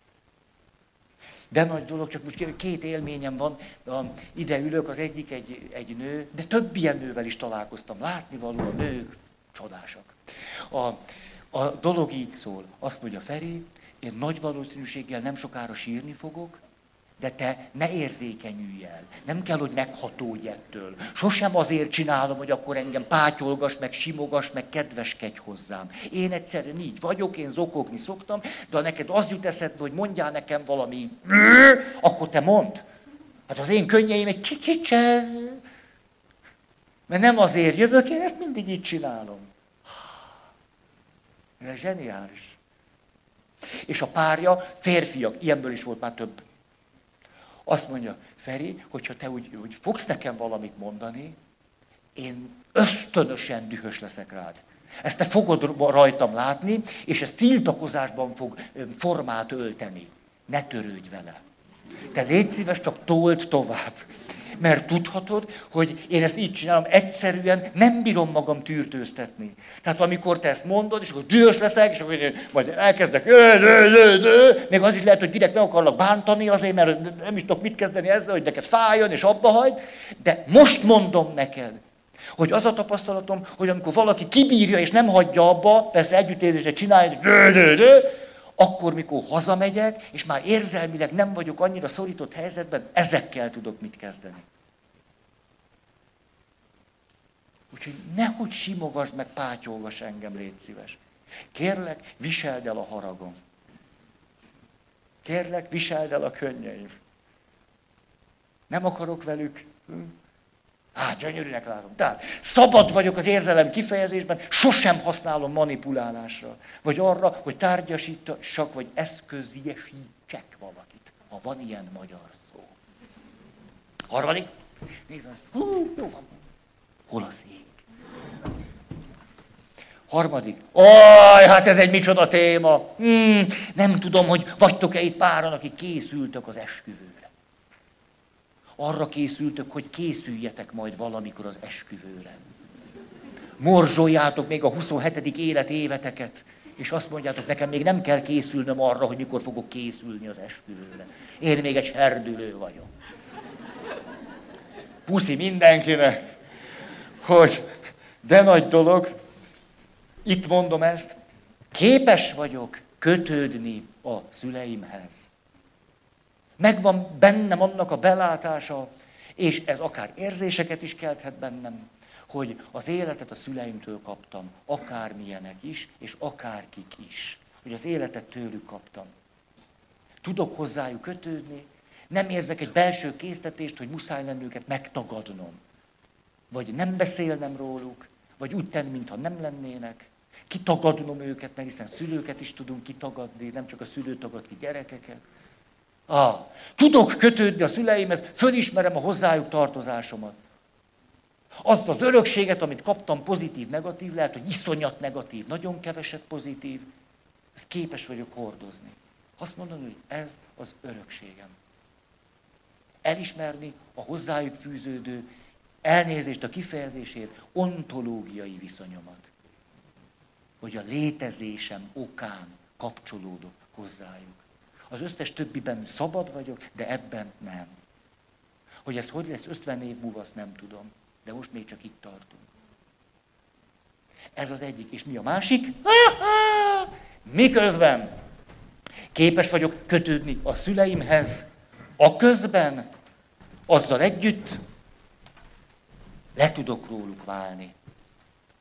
De nagy dolog, csak most két élményem van, ide ülök, az egyik egy, egy nő, de több ilyen nővel is találkoztam, látnivaló a nők, csodásak. A, a dolog így szól, azt mondja Feri, én nagy valószínűséggel nem sokára sírni fogok, de te ne érzékenyülj el. Nem kell, hogy meghatódj ettől. Sosem azért csinálom, hogy akkor engem pátyolgass, meg simogass, meg kedveskedj hozzám. Én egyszerűen így vagyok, én zokogni szoktam, de ha neked az jut eszedbe, hogy mondjál nekem valami, akkor te mondd. Hát az én könnyeim egy kicsit, mert nem azért jövök, én ezt mindig így csinálom. Ez zseniális. És a párja, férfiak, ilyenből is volt már több. Azt mondja, Feri, hogyha te úgy, úgy fogsz nekem valamit mondani, én ösztönösen dühös leszek rád. Ezt te fogod rajtam látni, és ez tiltakozásban fog formát ölteni. Ne törődj vele. Te légy szíves, csak told tovább. Mert tudhatod, hogy én ezt így csinálom, egyszerűen nem bírom magam tűrtőztetni. Tehát amikor te ezt mondod, és akkor dühös leszek, és akkor én majd elkezdek, ö, ö, ö, ö, még az is lehet, hogy direkt meg akarlak bántani azért, mert nem is tudok mit kezdeni ezzel, hogy neked fájjon, és abba hagyd, de most mondom neked, hogy az a tapasztalatom, hogy amikor valaki kibírja, és nem hagyja abba, persze együttérzésre csinálja, dö, dö, dö, akkor, mikor hazamegyek, és már érzelmileg nem vagyok annyira szorított helyzetben, ezekkel tudok mit kezdeni. Úgyhogy nehogy simogasd meg, pátyolgass engem, légy szíves. Kérlek, viseld el a haragom. Kérlek, viseld el a könnyeim. Nem akarok velük. Hát, gyönyörűnek látom. Tehát szabad vagyok az érzelem kifejezésben, sosem használom manipulálásra. Vagy arra, hogy tárgyasítsak, vagy eszközjesítsek valakit. Ha van ilyen magyar szó. Harmadik. Nézd meg. Hú, jó van. Hol a szék? Harmadik. Aj, hát ez egy micsoda téma. Hmm, nem tudom, hogy vagytok-e itt páran, akik készültök az esküvőre. Arra készültök, hogy készüljetek majd valamikor az esküvőre. Morzsoljátok még a huszonhetedik életéveteket, és azt mondjátok, nekem még nem kell készülnöm arra, hogy mikor fogok készülni az esküvőre. Én még egy serdülő vagyok. Puszi mindenkinek, hogy de nagy dolog, itt mondom ezt, képes vagyok kötődni a szüleimhez. Megvan bennem annak a belátása, és ez akár érzéseket is kelthet bennem, hogy az életet a szüleimtől kaptam, akármilyenek is, és akárkik is. Hogy az életet tőlük kaptam. Tudok hozzájuk kötődni, nem érzek egy belső késztetést, hogy muszáj lenne őket megtagadnom. Vagy nem beszélnem róluk, vagy úgy tenni, mintha nem lennének. Kitagadnom őket, mert hiszen szülőket is tudunk kitagadni, nem csak a szülő tagad ki gyerekeket. Ah, tudok kötődni a szüleimhez, fölismerem a hozzájuk tartozásomat. Azt az örökséget, amit kaptam, pozitív, negatív, lehet, hogy iszonyat negatív, nagyon keveset pozitív, ezt képes vagyok hordozni. Azt mondom, hogy ez az örökségem. Elismerni a hozzájuk fűződő, elnézést a kifejezésért, ontológiai viszonyomat. Hogy a létezésem okán kapcsolódok hozzájuk. Az összes többiben szabad vagyok, de ebben nem. Hogy ez hogy lesz ötven év múlva, azt nem tudom. De most még csak itt tartunk. Ez az egyik. És mi a másik? Miközben képes vagyok kötődni a szüleimhez, a közben, azzal együtt le tudok róluk válni.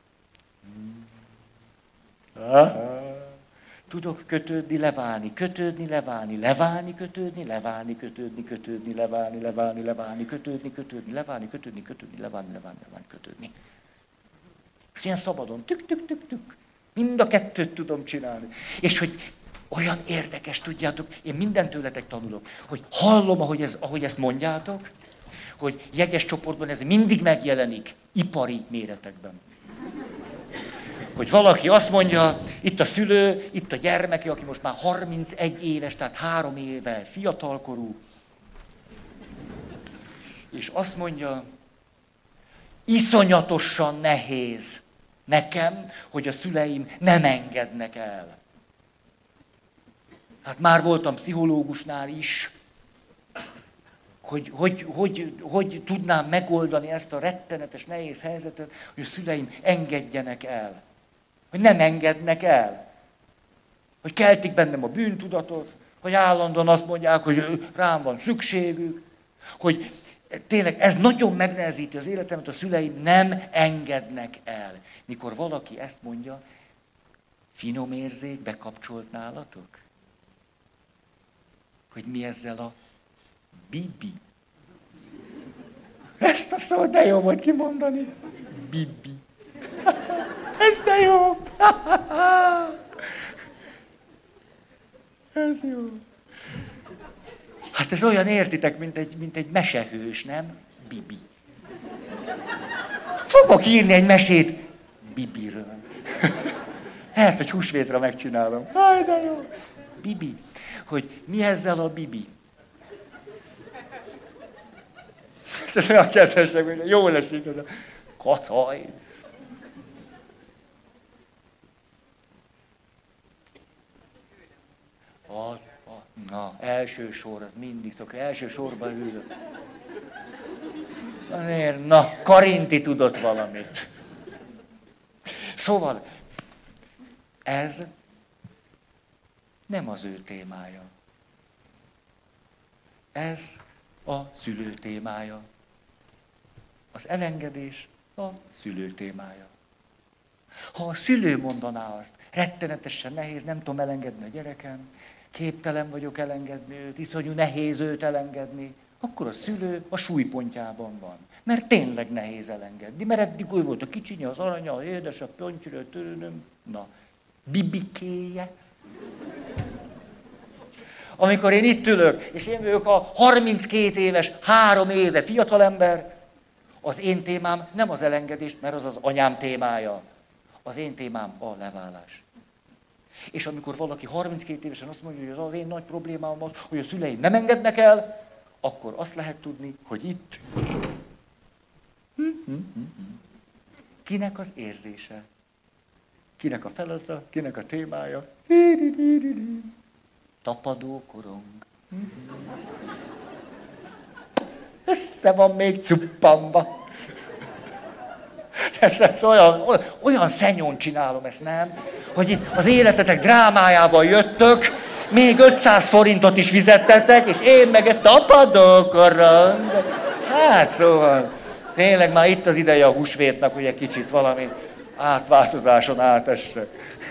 Tudok kötődni, leválni, kötődni, leválni, leválni, kötődni, leválni, kötődni, kötődni, leválni, leválni, leválni, kötődni, kötődni, leválni, kötődni, kötődni, leválni, leválni, leválni, kötődni. És ilyen szabadon, tük, tük, tük, tük. Mind a kettőt tudom csinálni. És hogy olyan érdekes, tudjátok, én mindent tőletek tanulok, hogy hallom, ahogy, ez, ahogy ezt mondjátok, hogy jegyes csoportban ez mindig megjelenik ipari méretekben. Hogy valaki azt mondja, itt a szülő, itt a gyermeke, aki most már harmincegy éves, tehát három éve fiatalkorú, és azt mondja, iszonyatosan nehéz nekem, hogy a szüleim nem engednek el. Hát már voltam pszichológusnál is, hogy hogy, hogy hogy tudnám megoldani ezt a rettenetes, nehéz helyzetet, hogy a szüleim engedjenek el. Hogy nem engednek el. Hogy keltik bennem a bűntudatot, hogy állandóan azt mondják, hogy rám van szükségük, hogy tényleg ez nagyon megnehezíti az életemet, a szüleim nem engednek el. Mikor valaki ezt mondja, finom érzék bekapcsolt nálatok? Hogy mi ezzel a bibi. Ezt a szót de jó volt kimondani. Bibi. Ez de jó. Ez jó. Hát ez olyan, értitek, mint egy, mint egy mesehős, nem? Bibi. Fogok írni egy mesét Bibiről. Hát, hogy húsvétra megcsinálom. Háj, de jó. Bibi. Hogy mi ezzel a bibi? Ez olyan kedvesek, hogy jól esik ez a kacaj. Az, a, na, első sor, az mindig szokja, első sorban ülök. Azért, na, Karinti tudott valamit. Szóval, ez nem az ő témája. Ez a szülő témája. Az elengedés a szülő témája. Ha a szülő mondaná azt, rettenetesen nehéz, nem tudom elengedni a gyerekem, képtelen vagyok elengedni őt, iszonyú nehéz őt elengedni, akkor a szülő a súlypontjában van. Mert tényleg nehéz elengedni. Mert eddig úgy volt a kicsinye, az aranya, az édes, a pöntjülő, törőnöm, na, bibikéje. Amikor én itt ülök, és én vagyok a harminckét éves, három éve fiatalember, az én témám nem az elengedés, mert az az anyám témája. Az én témám a leválás. És amikor valaki harminckét évesen azt mondja, hogy az az én nagy problémám az, hogy a szüleim nem engednek el, akkor azt lehet tudni, hogy itt kinek az érzése, kinek a feladata, kinek a témája. Tapadó korong. Össze van még cuppamba. Ezt olyan, olyan szenyón csinálom ezt, nem? Hogy itt az életetek drámájával jöttök, még ötszáz forintot is fizettetek, és én meg egy tapadó korong. Hát szóval, tényleg már itt az ideje a húsvétnak, hogy egy kicsit valami átváltozáson átessek.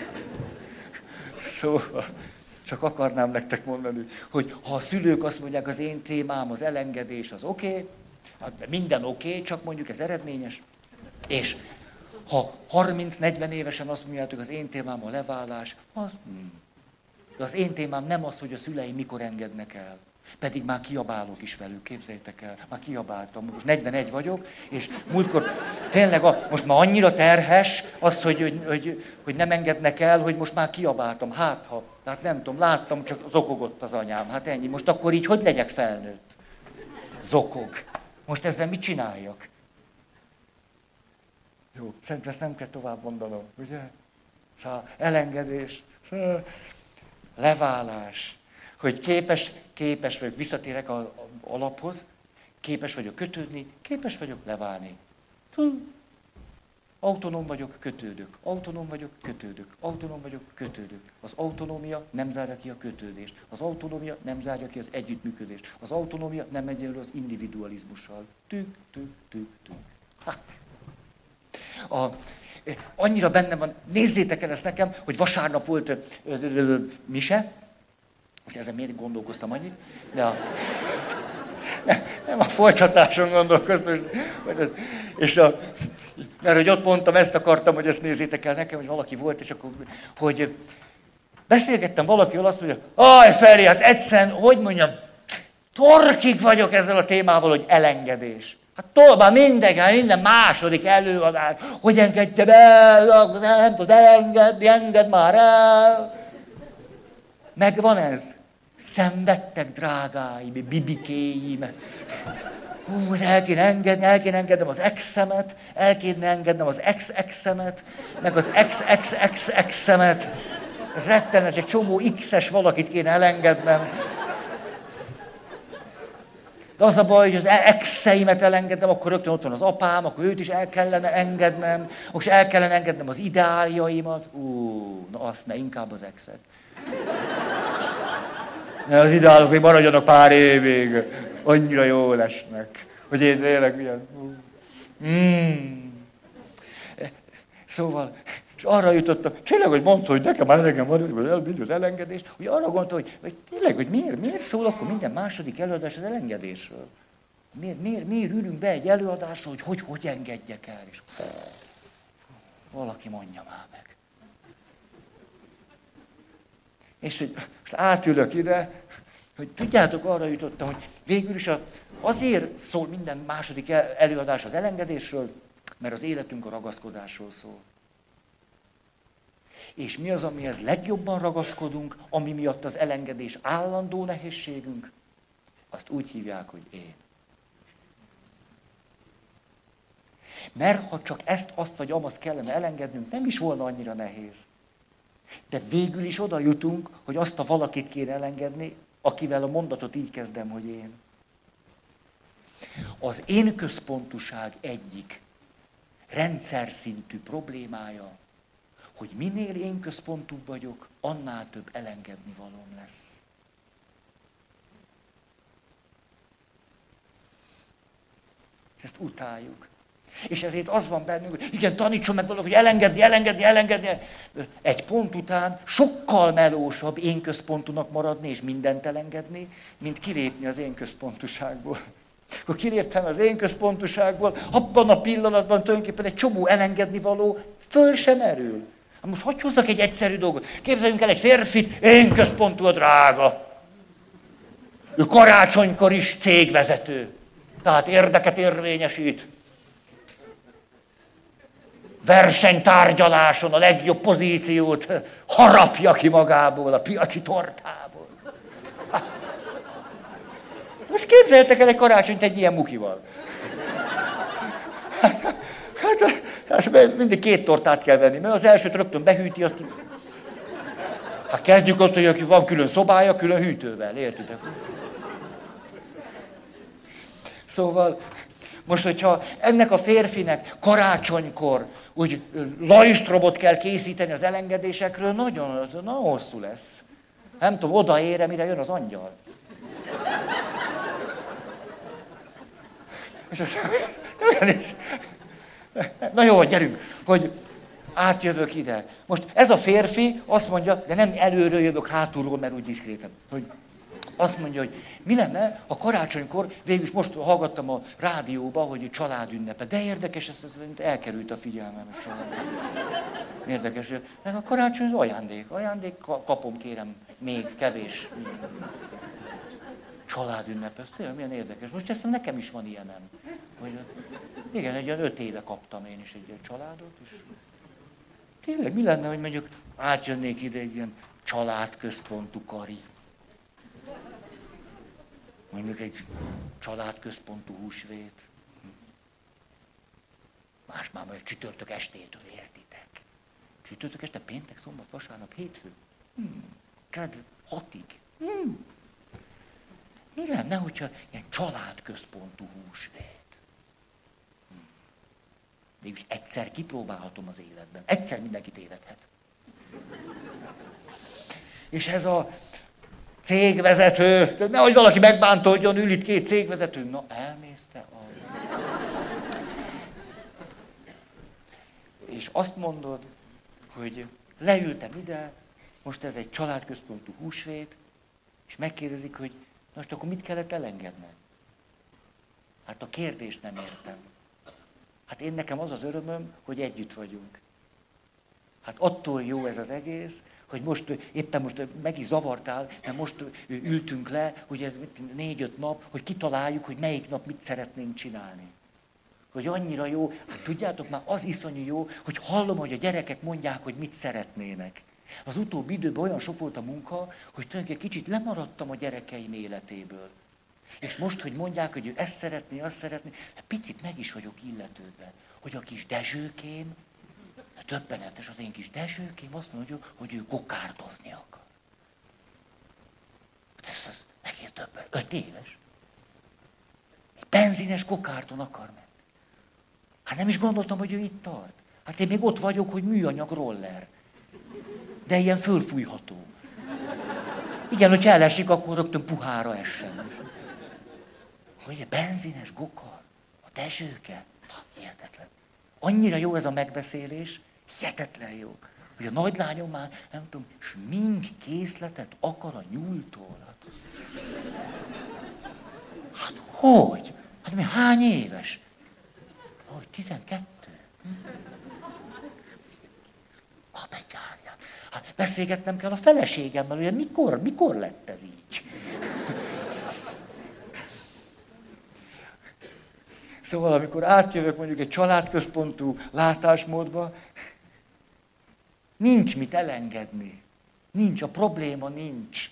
Szóval, csak akarnám nektek mondani, hogy ha a szülők azt mondják, az én témám az elengedés, az oké, okay, hát minden oké, okay, csak mondjuk ez eredményes. És ha harminc-negyven évesen azt mondjátok, az én témám a leválás, az, hmm. De az én témám nem az, hogy a szüleim mikor engednek el. Pedig már kiabálok is velük, képzeljétek el, már kiabáltam. Most negyvenegy vagyok, és múltkor tényleg a, most már annyira terhes az, hogy, hogy, hogy, hogy nem engednek el, hogy most már kiabáltam. Hát ha, hát nem tudom, láttam, csak zokogott az anyám. Hát ennyi. Most akkor így hogy legyek felnőtt? Zokog. Most ezzel mit csináljak? Jó, szerintem ezt nem kell tovább mondanom, ugye? Szóval elengedés, leválás, hogy képes, képes vagyok, visszatérek az alaphoz, képes vagyok kötődni, képes vagyok leválni. Autonóm vagyok, kötődök. Autonóm vagyok, kötődök. Autonóm vagyok, kötődök. Az autonómia nem zárja ki a kötődést. Az autonómia nem zárja ki az együttműködést. Az autonómia nem egyenlő az individualizmussal. Tük, tük, tük, tük. Ha. A, annyira benne van, nézzétek el ezt nekem, hogy vasárnap volt ö, ö, ö, mise, most ezen miért gondolkoztam annyit, de a, ne, nem a folytatáson gondolkoztam, és a, mert hogy ott mondtam, ezt akartam, hogy ezt nézzétek el nekem, hogy valaki volt, és akkor, hogy beszélgettem valakivel, azt mondja, aj Feri, hát egyszerűen, hogy mondjam, torkig vagyok ezzel a témával, hogy elengedés. Hát tolva mindenki, minden második előadás, hogy engedje be, nem tud elengedni, engedd már el. Megvan ez. Szenvedtek, drágáim, bibikéim. Hú, el kéne engedni, el kéne engednem az exemet, el kéne engednem az ex-exemet, meg az ex-ex-ex-exemet. Ez rettenes, egy csomó X-es valakit kéne elengednem. De az a baj, hogy az exeimet elengednem, akkor rögtön ott van az apám, akkor őt is el kellene engednem, akkor el kellene engednem az ideáljaimat. Ú, na azt ne, inkább az exet. Ne, az ideálok még maradjanak pár évig. Annyira jól esnek, hogy én tényleg milyen... Mm. Szóval, és arra jutottam, tényleg, hogy mondta, hogy nekem elegem van az elengedés, hogy arra gondoltam, hogy, hogy tényleg, hogy miért, miért szól akkor minden második előadás az elengedésről? Miért, miért, miért ülünk be egy előadásról, hogy hogy, hogy engedjek el? És valaki mondja már meg. És hogy most átülök ide, hogy tudjátok, arra jutottam, hogy végül is a, azért szól minden második előadás az elengedésről, mert az életünk a ragaszkodásról szól. És mi az, amihez legjobban ragaszkodunk, ami miatt az elengedés állandó nehézségünk? Azt úgy hívják, hogy én. Mert ha csak ezt, azt vagy amazt kellene elengednünk, nem is volna annyira nehéz. De végül is oda jutunk, hogy azt a valakit kéne elengedni, akivel a mondatot így kezdem, hogy én. Az én központúság egyik rendszer szintű problémája, hogy minél én központúbb vagyok, annál több elengedni valóm lesz. Ezt utáljuk. És ezért az van bennünk, hogy igen, tanítson meg valaki, hogy elengedni, elengedni, elengedni. Egy pont után sokkal melósabb én központúnak maradni és mindent elengedni, mint kilépni az én központúságból. Akkor kiléptem az én központúságból, abban a pillanatban tulajdonképpen egy csomó elengedni való föl sem erül. Most hogy hozzak egy egyszerű dolgot? Képzeljünk el egy férfit, én központú a drága. Ő karácsonykor is cégvezető. Tehát érdeket érvényesít. Versenytárgyaláson a legjobb pozíciót harapja ki magából, a piaci tortából. Most képzeljetek el egy karácsonyt egy ilyen mukival. Hát, hát mindig két tortát kell venni, mert az elsőt rögtön behűti, azt... Hát kezdjük ott, hogy van külön szobája, külön hűtővel, értitek? Szóval, most, hogyha ennek a férfinek karácsonykor úgy lajstrobot kell készíteni az elengedésekről, nagyon, nagyon hosszú lesz. Nem tudom, odaére, mire jön az angyal. És az, olyan is. Na jó, gyerünk, hogy átjövök ide. Most ez a férfi azt mondja, de nem előről jövök, hátulról, mert úgy diszkrétem, hogy azt mondja, hogy mi lenne, ha karácsonykor, végül is most hallgattam a rádióba, hogy családünnepe, de érdekes, ez, ez elkerült a figyelmem. Érdekes, mert a karácsony az ajándék, ajándék kapom, kérem, még kevés. Családünnep, ez tényleg milyen érdekes. Most ezt nekem is van ilyenem. Hogy, igen, egy olyan öt éve kaptam én is egy ilyen családot, és tényleg mi lenne, hogy mondjuk átjönnék ide egy ilyen családközpontú kari. Mondjuk egy családközpontú húsvét. Más már majd csütörtök estétől értitek. Csütörtök este, péntek, szombat, vasárnap, hétfő. Hmm. Kedd, hatig. Hmm. Mi lenne, hogyha ilyen családközpontú húsvét? Hmm. Mégis egyszer kipróbálhatom az életben. Egyszer mindenki tévedhet. És ez a cégvezető, nehogy valaki megbántódjon, ül itt két cégvezető. Na, elmész te a... és azt mondod, hogy leültem ide, most ez egy családközpontú húsvét, és megkérdezik, hogy most akkor mit kellett elengedned? Hát a kérdést nem értem. Hát én nekem az az örömöm, hogy együtt vagyunk. Hát attól jó ez az egész, hogy most éppen most meg is zavartál, mert most ültünk le, hogy ez négy-öt nap, hogy kitaláljuk, hogy melyik nap mit szeretnénk csinálni. Hogy annyira jó, hát tudjátok már, az iszonyú jó, hogy hallom, hogy a gyerekek mondják, hogy mit szeretnének. Az utóbbi időben olyan sok volt a munka, hogy tulajdonképpen kicsit lemaradtam a gyerekeim életéből. És most, hogy mondják, hogy ő ezt szeretné, azt szeretné, picit meg is vagyok illetődve, hogy a kis Dezsőkém, többenetes az én kis Dezsőkém, azt mondja, hogy ő gokárdozni akar. Ez az egész többen, öt éves. Egy benzines gokárton akar menni. Hát nem is gondoltam, hogy ő itt tart. Hát én még ott vagyok, hogy műanyag roller. De ilyen fölfújható. Igen, hogyha elesik, akkor rögtön puhára essen. Hogy benzines gokar, a Dezsőke, hihetetlen. Annyira jó ez a megbeszélés, hihetetlen jó, hogy a nagylányom már, nem tudom, smink készletet akar a nyúltól. Hát, hát hogy? Hát mi hány éves? Hogy tizenkettő? A betyárját. Hát beszélgetnem kell a feleségemmel, hogy mikor, mikor lett ez így? Szóval, amikor átjövök mondjuk egy családközpontú látásmódba, nincs mit elengedni. Nincs, a probléma nincs.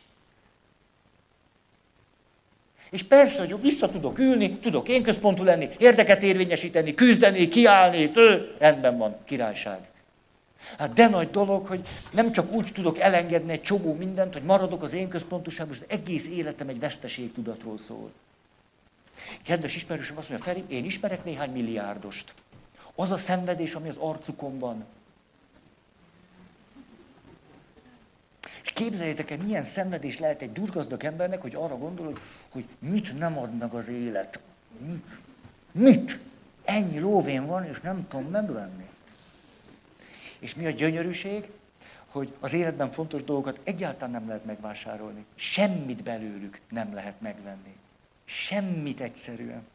És persze, hogy vissza tudok ülni, tudok én központú lenni, érdeket érvényesíteni, küzdeni, kiállni, tő, rendben van, királyság. Hát de nagy dolog, hogy nem csak úgy tudok elengedni egy csomó mindent, hogy maradok az én központuságban, és az egész életem egy veszteségtudatról szól. Kedves ismerősöm azt mondja, Feri, én ismerek néhány milliárdost. Az a szenvedés, ami az arcukon van. És képzeljétek el, milyen szenvedés lehet egy dúsgazdag embernek, hogy arra gondol, hogy, hogy mit nem ad meg az élet. Mit? Mit? Ennyi lóvén van, és nem tudom megvenni. És mi a gyönyörűség? Hogy az életben fontos dolgokat egyáltalán nem lehet megvásárolni. Semmit belőlük nem lehet megvenni. Semmit egyszerűen.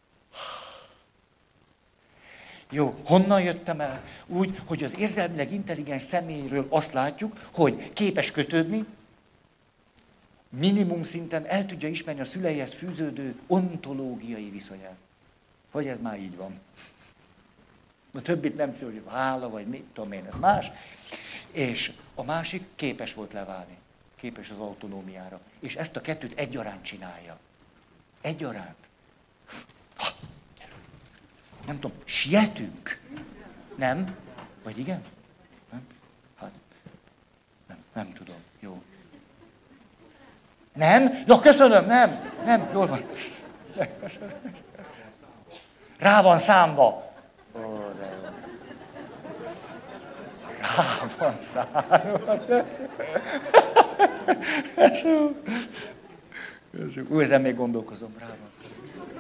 Jó, honnan jöttem el? Úgy, hogy az érzelmileg intelligens személyről azt látjuk, hogy képes kötődni, minimum szinten el tudja ismerni a szüleihez fűződő ontológiai viszonyát. Hogy ez már így van. A többit nem szól, hogy hála, vagy mit tudom én, ez más. És a másik képes volt leválni. Képes az autonómiára. És ezt a kettőt egyaránt csinálja. Egyaránt. Nem tudom, sietünk? Nem? Vagy igen? Nem? Hát, nem, nem tudom. Jó. Nem? Ja, köszönöm, nem. Nem, jól van. Rá van számva. Ó, de jó. Rá van számva. Ez jó. Ú, ezen még gondolkozom, rá van számva.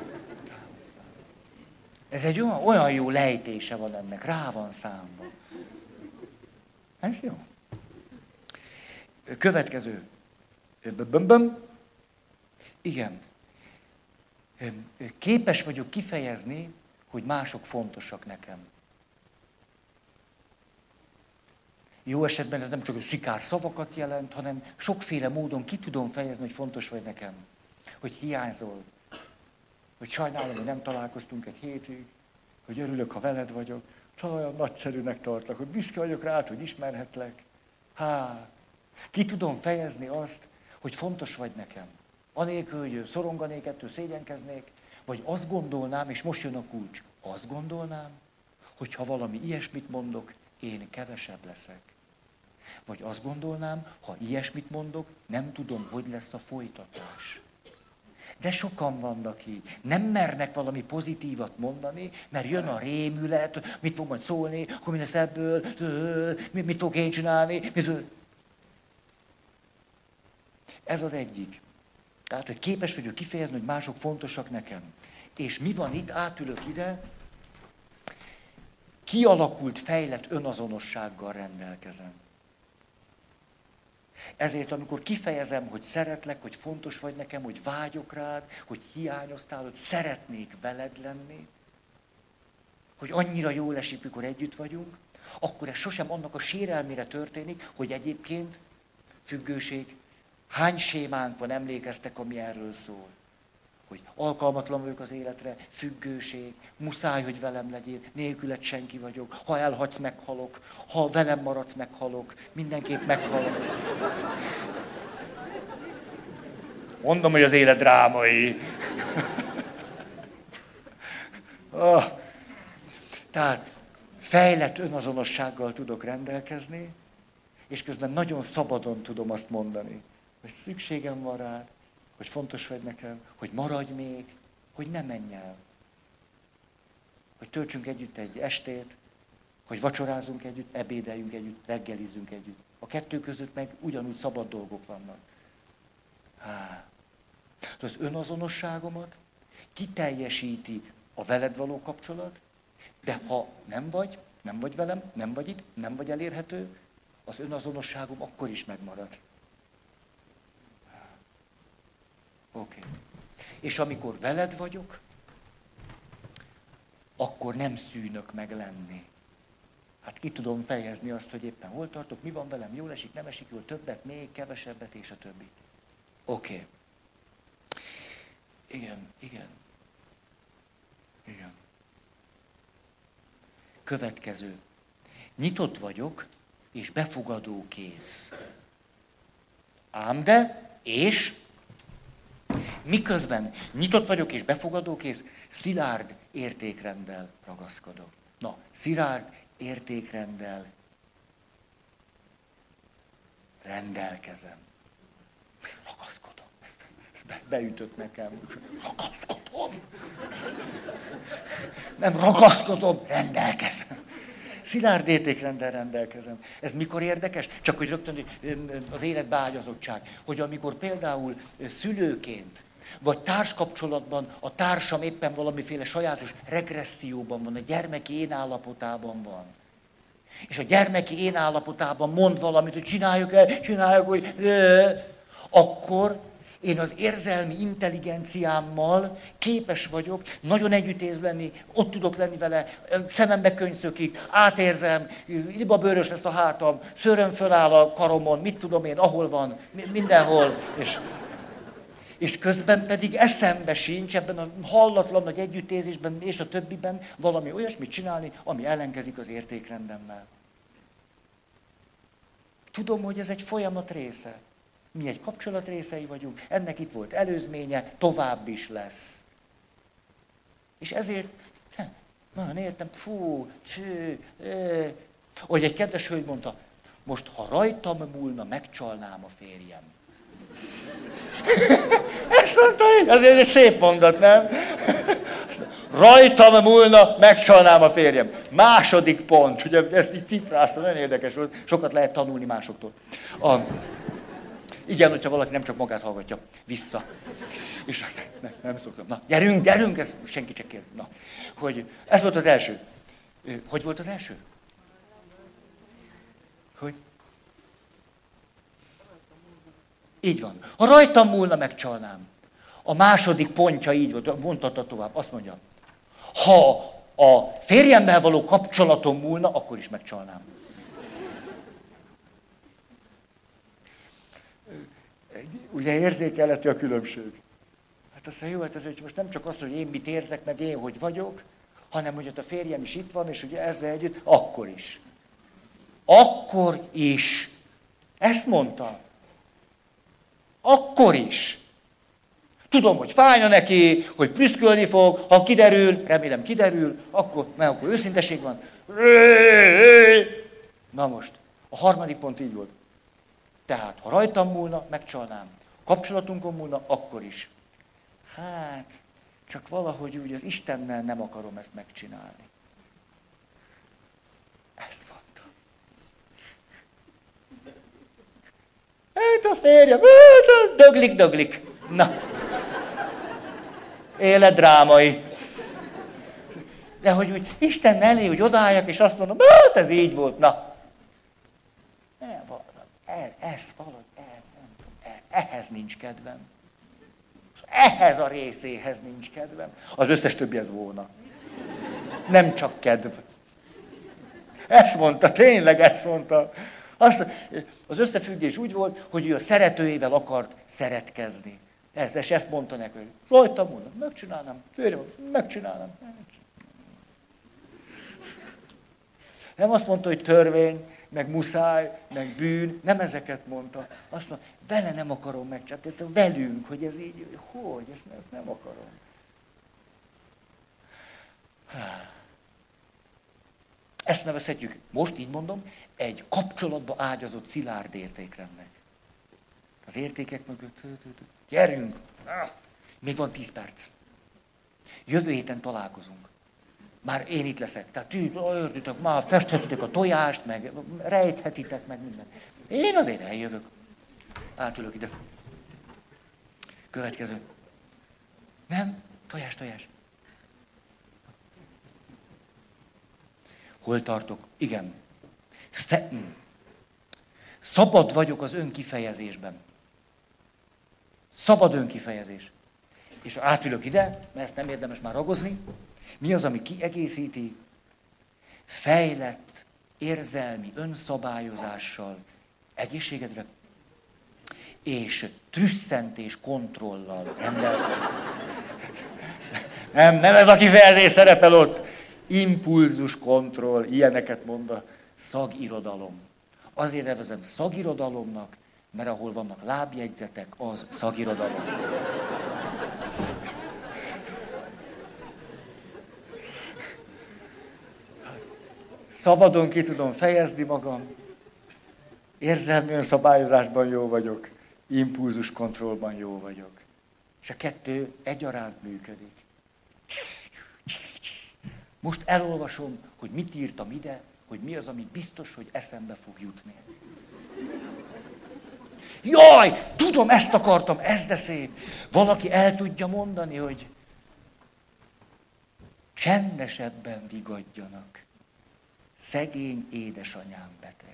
Ez egy olyan, olyan jó lejtése van ennek, rá van számva. Ez jó. Következő. Bömböm. Igen. Képes vagyok kifejezni, hogy mások fontosak nekem. Jó esetben ez nem csak szikár szavakat jelent, hanem sokféle módon ki tudom fejezni, hogy fontos vagy nekem. Hogy hiányzol. Hogy sajnálom, hogy nem találkoztunk egy hétig, hogy örülök, ha veled vagyok, olyan nagyszerűnek tartlak, hogy büszke vagyok rád, hogy ismerhetlek. Há, ki tudom fejezni azt, hogy fontos vagy nekem. Anélkül, hogy szoronganék ettől, szégyenkeznék, vagy azt gondolnám, és most jön a kulcs, azt gondolnám, hogy ha valami ilyesmit mondok, én kevesebb leszek. Vagy azt gondolnám, ha ilyesmit mondok, nem tudom, hogy lesz a folytatás. De sokan vannak így. Nem mernek valami pozitívat mondani, mert jön a rémület, mit fog majd szólni, akkor mi lesz ebből, mit fog én csinálni. Ez az egyik. Tehát, hogy képes vagyok kifejezni, hogy mások fontosak nekem. És mi van itt, átülök ide, kialakult, fejlett önazonossággal rendelkezem. Ezért, amikor kifejezem, hogy szeretlek, hogy fontos vagy nekem, hogy vágyok rád, hogy hiányoztál, hogy szeretnék veled lenni, hogy annyira jól esik, mikor együtt vagyunk, akkor ez sosem annak a sérelmére történik, hogy egyébként függőség, hány sémánk van, emlékeztek, ami erről szól. Hogy alkalmatlan vagyok az életre, függőség, muszáj, hogy velem legyél, nélküled senki vagyok, ha elhagysz, meghalok, ha velem maradsz, meghalok, mindenképp meghalok. Mondom, hogy az élet drámai. Ah. Tehát fejlett önazonossággal tudok rendelkezni, és közben nagyon szabadon tudom azt mondani, hogy szükségem van rád, hogy fontos vagy nekem, hogy maradj még, hogy ne menj el. Hogy töltsünk együtt egy estét, hogy vacsorázunk együtt, ebédeljünk együtt, reggelizünk együtt. A kettő között meg ugyanúgy szabad dolgok vannak. Há. Az önazonosságomat kiteljesíti a veled való kapcsolat, de ha nem vagy, nem vagy velem, nem vagy itt, nem vagy elérhető, az önazonosságom akkor is megmarad. Oké. Okay. És amikor veled vagyok, akkor nem szűnök meg lenni. Hát ki tudom fejezni azt, hogy éppen hol tartok, mi van velem, jól esik, nem esik jól, többet, még kevesebbet, és a többi. Oké. Okay. Igen, igen. Igen. Következő. Nyitott vagyok, és befogadó kész. Ám de, és miközben nyitott vagyok és befogadó kész, szilárd értékrenddel ragaszkodok. Na, szilárd értékrenddel rendelkezem. Ragaszkodom. Ez be, beütött nekem. Ragaszkodom. Nem ragaszkodom, rendelkezem. Szilárd értékrenddel rendelkezem. Ez mikor érdekes? Csak hogy rögtön az élet beágyazottság. Hogy amikor például szülőként, vagy társkapcsolatban a társam éppen valamiféle sajátos regresszióban van, a gyermeki én állapotában van. És a gyermeki én állapotában mond valamit, hogy csináljuk el, csináljuk, hogy... Akkor én az érzelmi intelligenciámmal képes vagyok nagyon együttérző lenni, ott tudok lenni vele, szemembe könyszökik, átérzem, libabőrös lesz a hátam, szőröm föláll a karomon, mit tudom én, ahol van, mindenhol. És, és közben pedig eszembe sincs ebben a hallatlan nagy együttérzésben és a többiben valami olyasmit csinálni, ami ellenkezik az értékrendemmel. Tudom, hogy ez egy folyamat része. Mi egy kapcsolat részei vagyunk, ennek itt volt előzménye, tovább is lesz. És ezért, nagyon értem, fú, cső, ö, hogy egy kedves hölgy mondta, most ha rajtam múlna, megcsalnám a férjem. Ezt mondta én, azért egy szép mondat, nem? Rajtam múlna, megcsalnám a férjem. Második pont, ugye ezt így cifráztam, nagyon érdekes volt, sokat lehet tanulni másoktól. A, Igen, hogyha valaki nem csak magát hallgatja, vissza. És ne, nem szoktam. Na, gyerünk, gyerünk, ez senki csak kér. Na, hogy ez volt az első. Hogy volt az első? Hogy? Így van. Ha rajtam múlna, megcsalnám. A második pontja így volt, mondhatta tovább, azt mondja, ha a férjemmel való kapcsolatom múlna, akkor is megcsalnám. Ugye érzékelhető a különbség. Hát aztán jó, hát ez hogy most nem csak az, hogy én mit érzek, meg én hogy vagyok, hanem hogy ott a férjem is itt van, és ugye ezzel együtt, akkor is. Akkor is. Ezt mondta. Akkor is. Tudom, hogy fájna neki, hogy prüszkölni fog, ha kiderül, remélem kiderül, akkor, mert akkor őszinteség van. Na most, a harmadik pont így volt. Tehát, ha rajtam múlna, megcsalnám. Kapcsolatunkon múlna, akkor is. Hát, csak valahogy úgy az Istennel nem akarom ezt megcsinálni. Ezt mondtam. Hát a férjem, döglik, döglik. Na. Élet drámai. De hogy úgy Isten elé, hogy odaálljak, és azt mondom, hát ez így volt, na. Ne, ez, ez valahogy, ehhez nincs kedvem. Ehhez a részéhez nincs kedvem. Az összes többi ez volna. Nem csak kedv. Ezt mondta, tényleg ezt mondta. Azt, az összefüggés úgy volt, hogy ő a szeretőjével akart szeretkezni. Ez, és ezt mondta neki, hogy rajta mondom, megcsinálnám, főre, megcsinálnám. Nem azt mondta, hogy törvény, meg muszáj, meg bűn, nem ezeket mondta. Azt mondta, vele nem akarom megcsinálni, ezt velünk, hogy ez így, hogy, ezt nem, nem akarom. Ezt nevezhetjük, most így mondom, egy kapcsolatba ágyazott szilárd értékrendnek. Az értékek mögött, gyerünk, még van tíz perc. Jövő héten találkozunk. Már én itt leszek. Tehát ti, értitek, már festhetitek a tojást, meg rejthetitek, meg minden. Én azért eljövök. Átülök ide. Következő. Nem? Tojás, tojás. Hol tartok? Igen. Fe... Szabad vagyok az önkifejezésben. Szabad önkifejezés. És átülök ide, mert ezt nem érdemes már ragozni. Mi az, ami kiegészíti? Fejlett érzelmi önszabályozással, egészségedre, és trüsszentés kontrollal rendelkezik. Nem, nem ez a kifejezés szerepel ott. Impulzus kontroll, ilyeneket mond a szagirodalom. Azért nevezem szagirodalomnak, mert ahol vannak lábjegyzetek, az szagirodalom. Szabadon ki tudom fejezni magam, érzelmi önszabályozásban jó vagyok, impulzus kontrollban jó vagyok. És a kettő egyaránt működik. Most elolvasom, hogy mit írtam ide, hogy mi az, ami biztos, hogy eszembe fog jutni. Jaj, tudom, ezt akartam, ez de szép. Valaki el tudja mondani, hogy csendesebben vigadjanak. Szegény édesanyám beteg.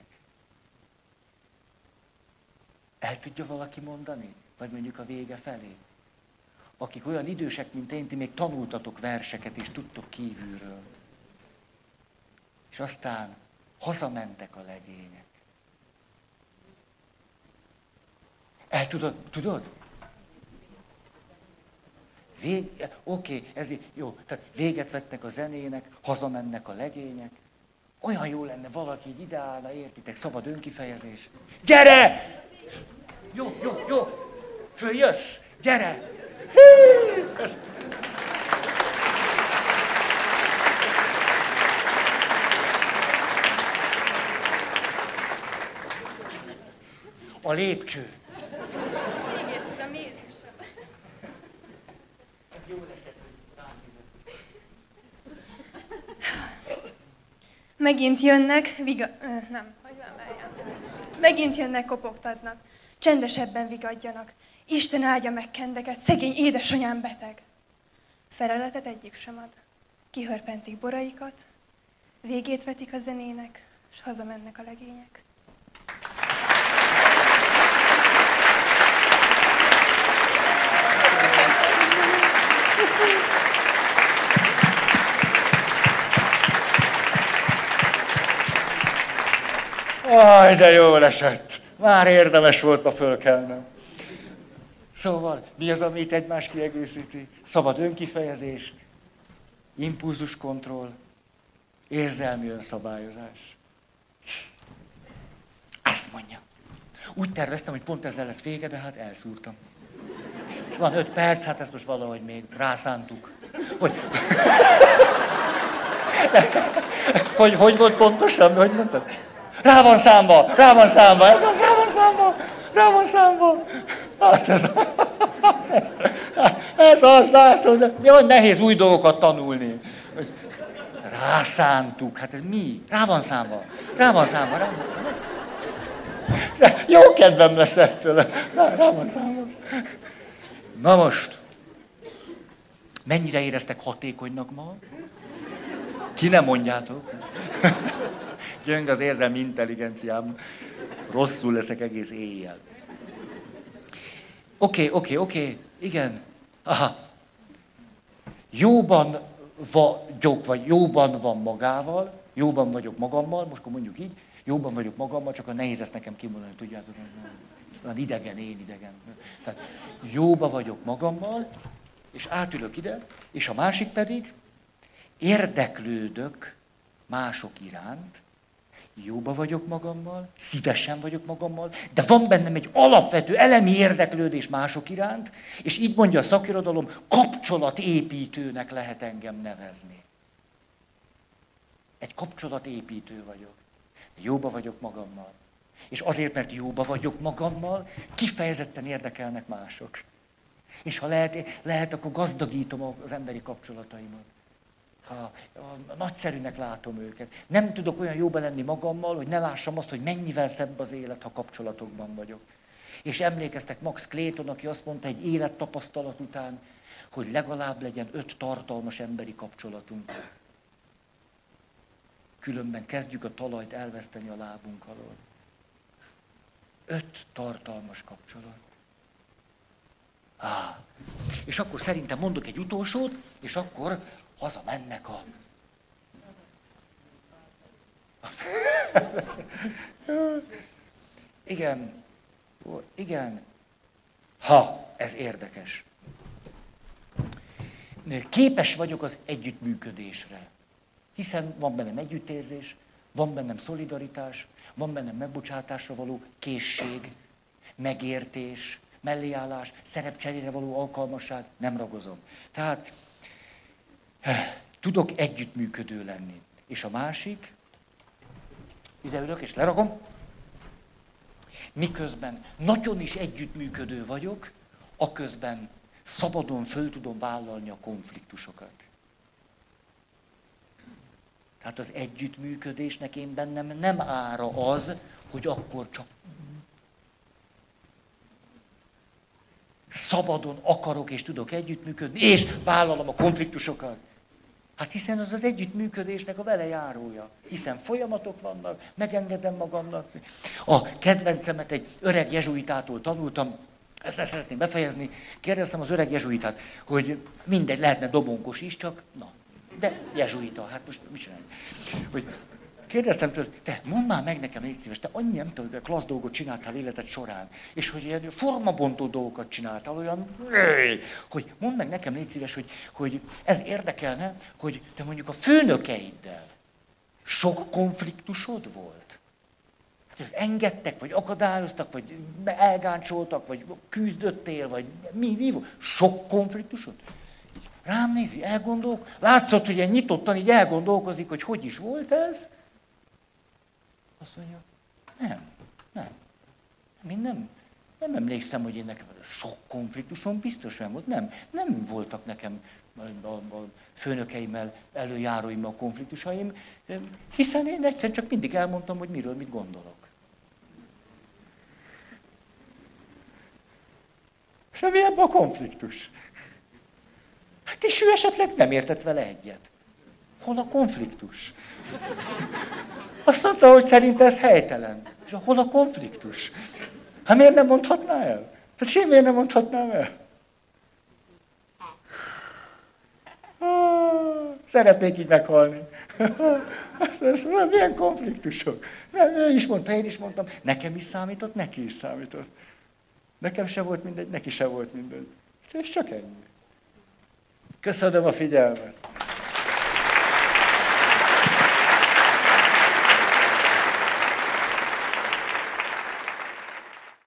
El tudja valaki mondani? Vagy mondjuk a vége felé? Akik olyan idősek, mint én, ti még tanultatok verseket, és tudtok kívülről. És aztán hazamentek a legények. El tudod? Tudod? Vég... Oké, okay, ez jó. Tehát véget vettek a zenének, hazamennek a legények. Olyan jó lenne, valaki így ideálna, értitek, szabad önkifejezés. Gyere! Jó, jó, jó. Följössz? Gyere! Hí! Ez... A lépcső. Igen, tudom, édesem. Ez jó esett, hogy rám Megint jönnek, viga... Ö, nem, hogy van, várjál. Megint jönnek, kopogtatnak. Csendesebben vigadjanak. Isten áldja meg kendeket, szegény édesanyám beteg. Feleletet egyik sem ad. Kihörpentik boraikat, végét vetik a zenének, és hazamennek a legények. Aj, de jól esett. Már érdemes volt ma fölkelnem. Szóval, mi az, amit egymás kiegészíti? Szabad önkifejezés, impulzuskontroll, érzelmi önszabályozás. Azt mondja. Úgy terveztem, hogy pont ezzel lesz vége, de hát elszúrtam. És van öt perc, hát ezt most valahogy még rászántuk. Hogy, hogy, hogy volt pontosan? Hogy mondtad? Rá van számba, rá van számba, ez az, rá van számba, rá van számba. Hát ez, ez, ez az, látod, de jó, nehéz új dolgokat tanulni. Rászántuk, hát ez mi? Rá van számba, rá van számba, rá van számba. De jó kedvem lesz ettől, rá, rá van számba. Na most, mennyire éreztek hatékonynak ma? Ki nem mondjátok? Gyöng az érzelmi intelligenciám. Rosszul leszek egész éjjel. Oké, okay, oké, okay, oké, okay. Igen. Aha. Jóban vagyok, vagy jóban van magával, jóban vagyok magammal, most akkor mondjuk így, jóban vagyok magammal, csak a nehéz ezt nekem kimondani, tudjátok, olyan idegen, én idegen. Tehát jóban vagyok magammal, és átülök ide, és a másik pedig érdeklődök mások iránt, jóba vagyok magammal, szívesen vagyok magammal, de van bennem egy alapvető elemi érdeklődés mások iránt, és így mondja a szakirodalom, kapcsolatépítőnek lehet engem nevezni. Egy kapcsolatépítő vagyok. Jóba vagyok magammal. És azért, mert jóba vagyok magammal, kifejezetten érdekelnek mások. És ha lehet, lehet akkor gazdagítom az emberi kapcsolataimat. Ha, ha nagyszerűnek látom őket. Nem tudok olyan jóba lenni magammal, hogy ne lássam azt, hogy mennyivel szebb az élet, ha kapcsolatokban vagyok. És emlékeztek Max Clayton, aki azt mondta egy élettapasztalat után, hogy legalább legyen öt tartalmas emberi kapcsolatunk. Különben kezdjük a talajt elveszteni a lábunk alól. Öt tartalmas kapcsolat. Á, és akkor szerintem mondok egy utolsót, és akkor hazamennek a... Igen, igen. Ha, ez érdekes. Képes vagyok az együttműködésre. Hiszen van bennem együttérzés, van bennem szolidaritás, van bennem megbocsátásra való készség, megértés, melléállás, szerepcserére való alkalmasság, nem ragozom. Tehát tudok együttműködő lenni. És a másik, ide ülök és lerakom, miközben nagyon is együttműködő vagyok, aközben szabadon föl tudom vállalni a konfliktusokat. Tehát az együttműködésnek én bennem nem ára az, hogy akkor csak szabadon akarok és tudok együttműködni, és vállalom a konfliktusokat. Hát hiszen az az együttműködésnek a velejárója. Hiszen folyamatok vannak, megengedem magamnak. A kedvencemet egy öreg jezsuitától tanultam, ezt szeretném befejezni. Kérdeztem az öreg jezsuitát, hogy mindegy, lehetne dobonkos is, csak na, de jezsuita, hát most mit csinálni? Hogy kérdeztem tőle, te mondd már meg nekem, légy szíves, te annyi nem tudom, hogy klassz dolgot csináltál életed során, és hogy ilyen formabontó dolgokat csináltál, olyan, hogy mondd meg nekem, légy szíves, hogy, hogy ez érdekelne, hogy te mondjuk a főnökeiddel sok konfliktusod volt? Hát ez engedtek, vagy akadályoztak, vagy elgáncsoltak, vagy küzdöttél, vagy mi, mi volt? Sok konfliktusod? Rám néz, hogy elgondolk, látszott, hogy ilyen nyitottan így elgondolkozik, hogy hogy is volt ez. Azt mondja, nem, nem. Én nem, nem emlékszem, hogy én nekem sok konfliktusom biztos nem volt. Nem, nem voltak nekem a, a főnökeimmel, előjáróimmal konfliktusaim, hiszen én egyszerűen csak mindig elmondtam, hogy miről mit gondolok. És mi ebben a konfliktus? Hát és ő esetleg nem értett vele egyet. Hol a konfliktus? Azt mondta, hogy szerint ez helytelen. És hol a konfliktus? Hát miért nem mondhatná el? Hát én miért nem mondhatnám el? Szeretnék így meghalni. Azt mondta, milyen konfliktusok? Nem, ő is mondta, én is mondtam. Nekem is számított, neki is számított. Nekem se volt mindegy, neki se volt mindegy. És csak ennyi. Köszönöm a figyelmet.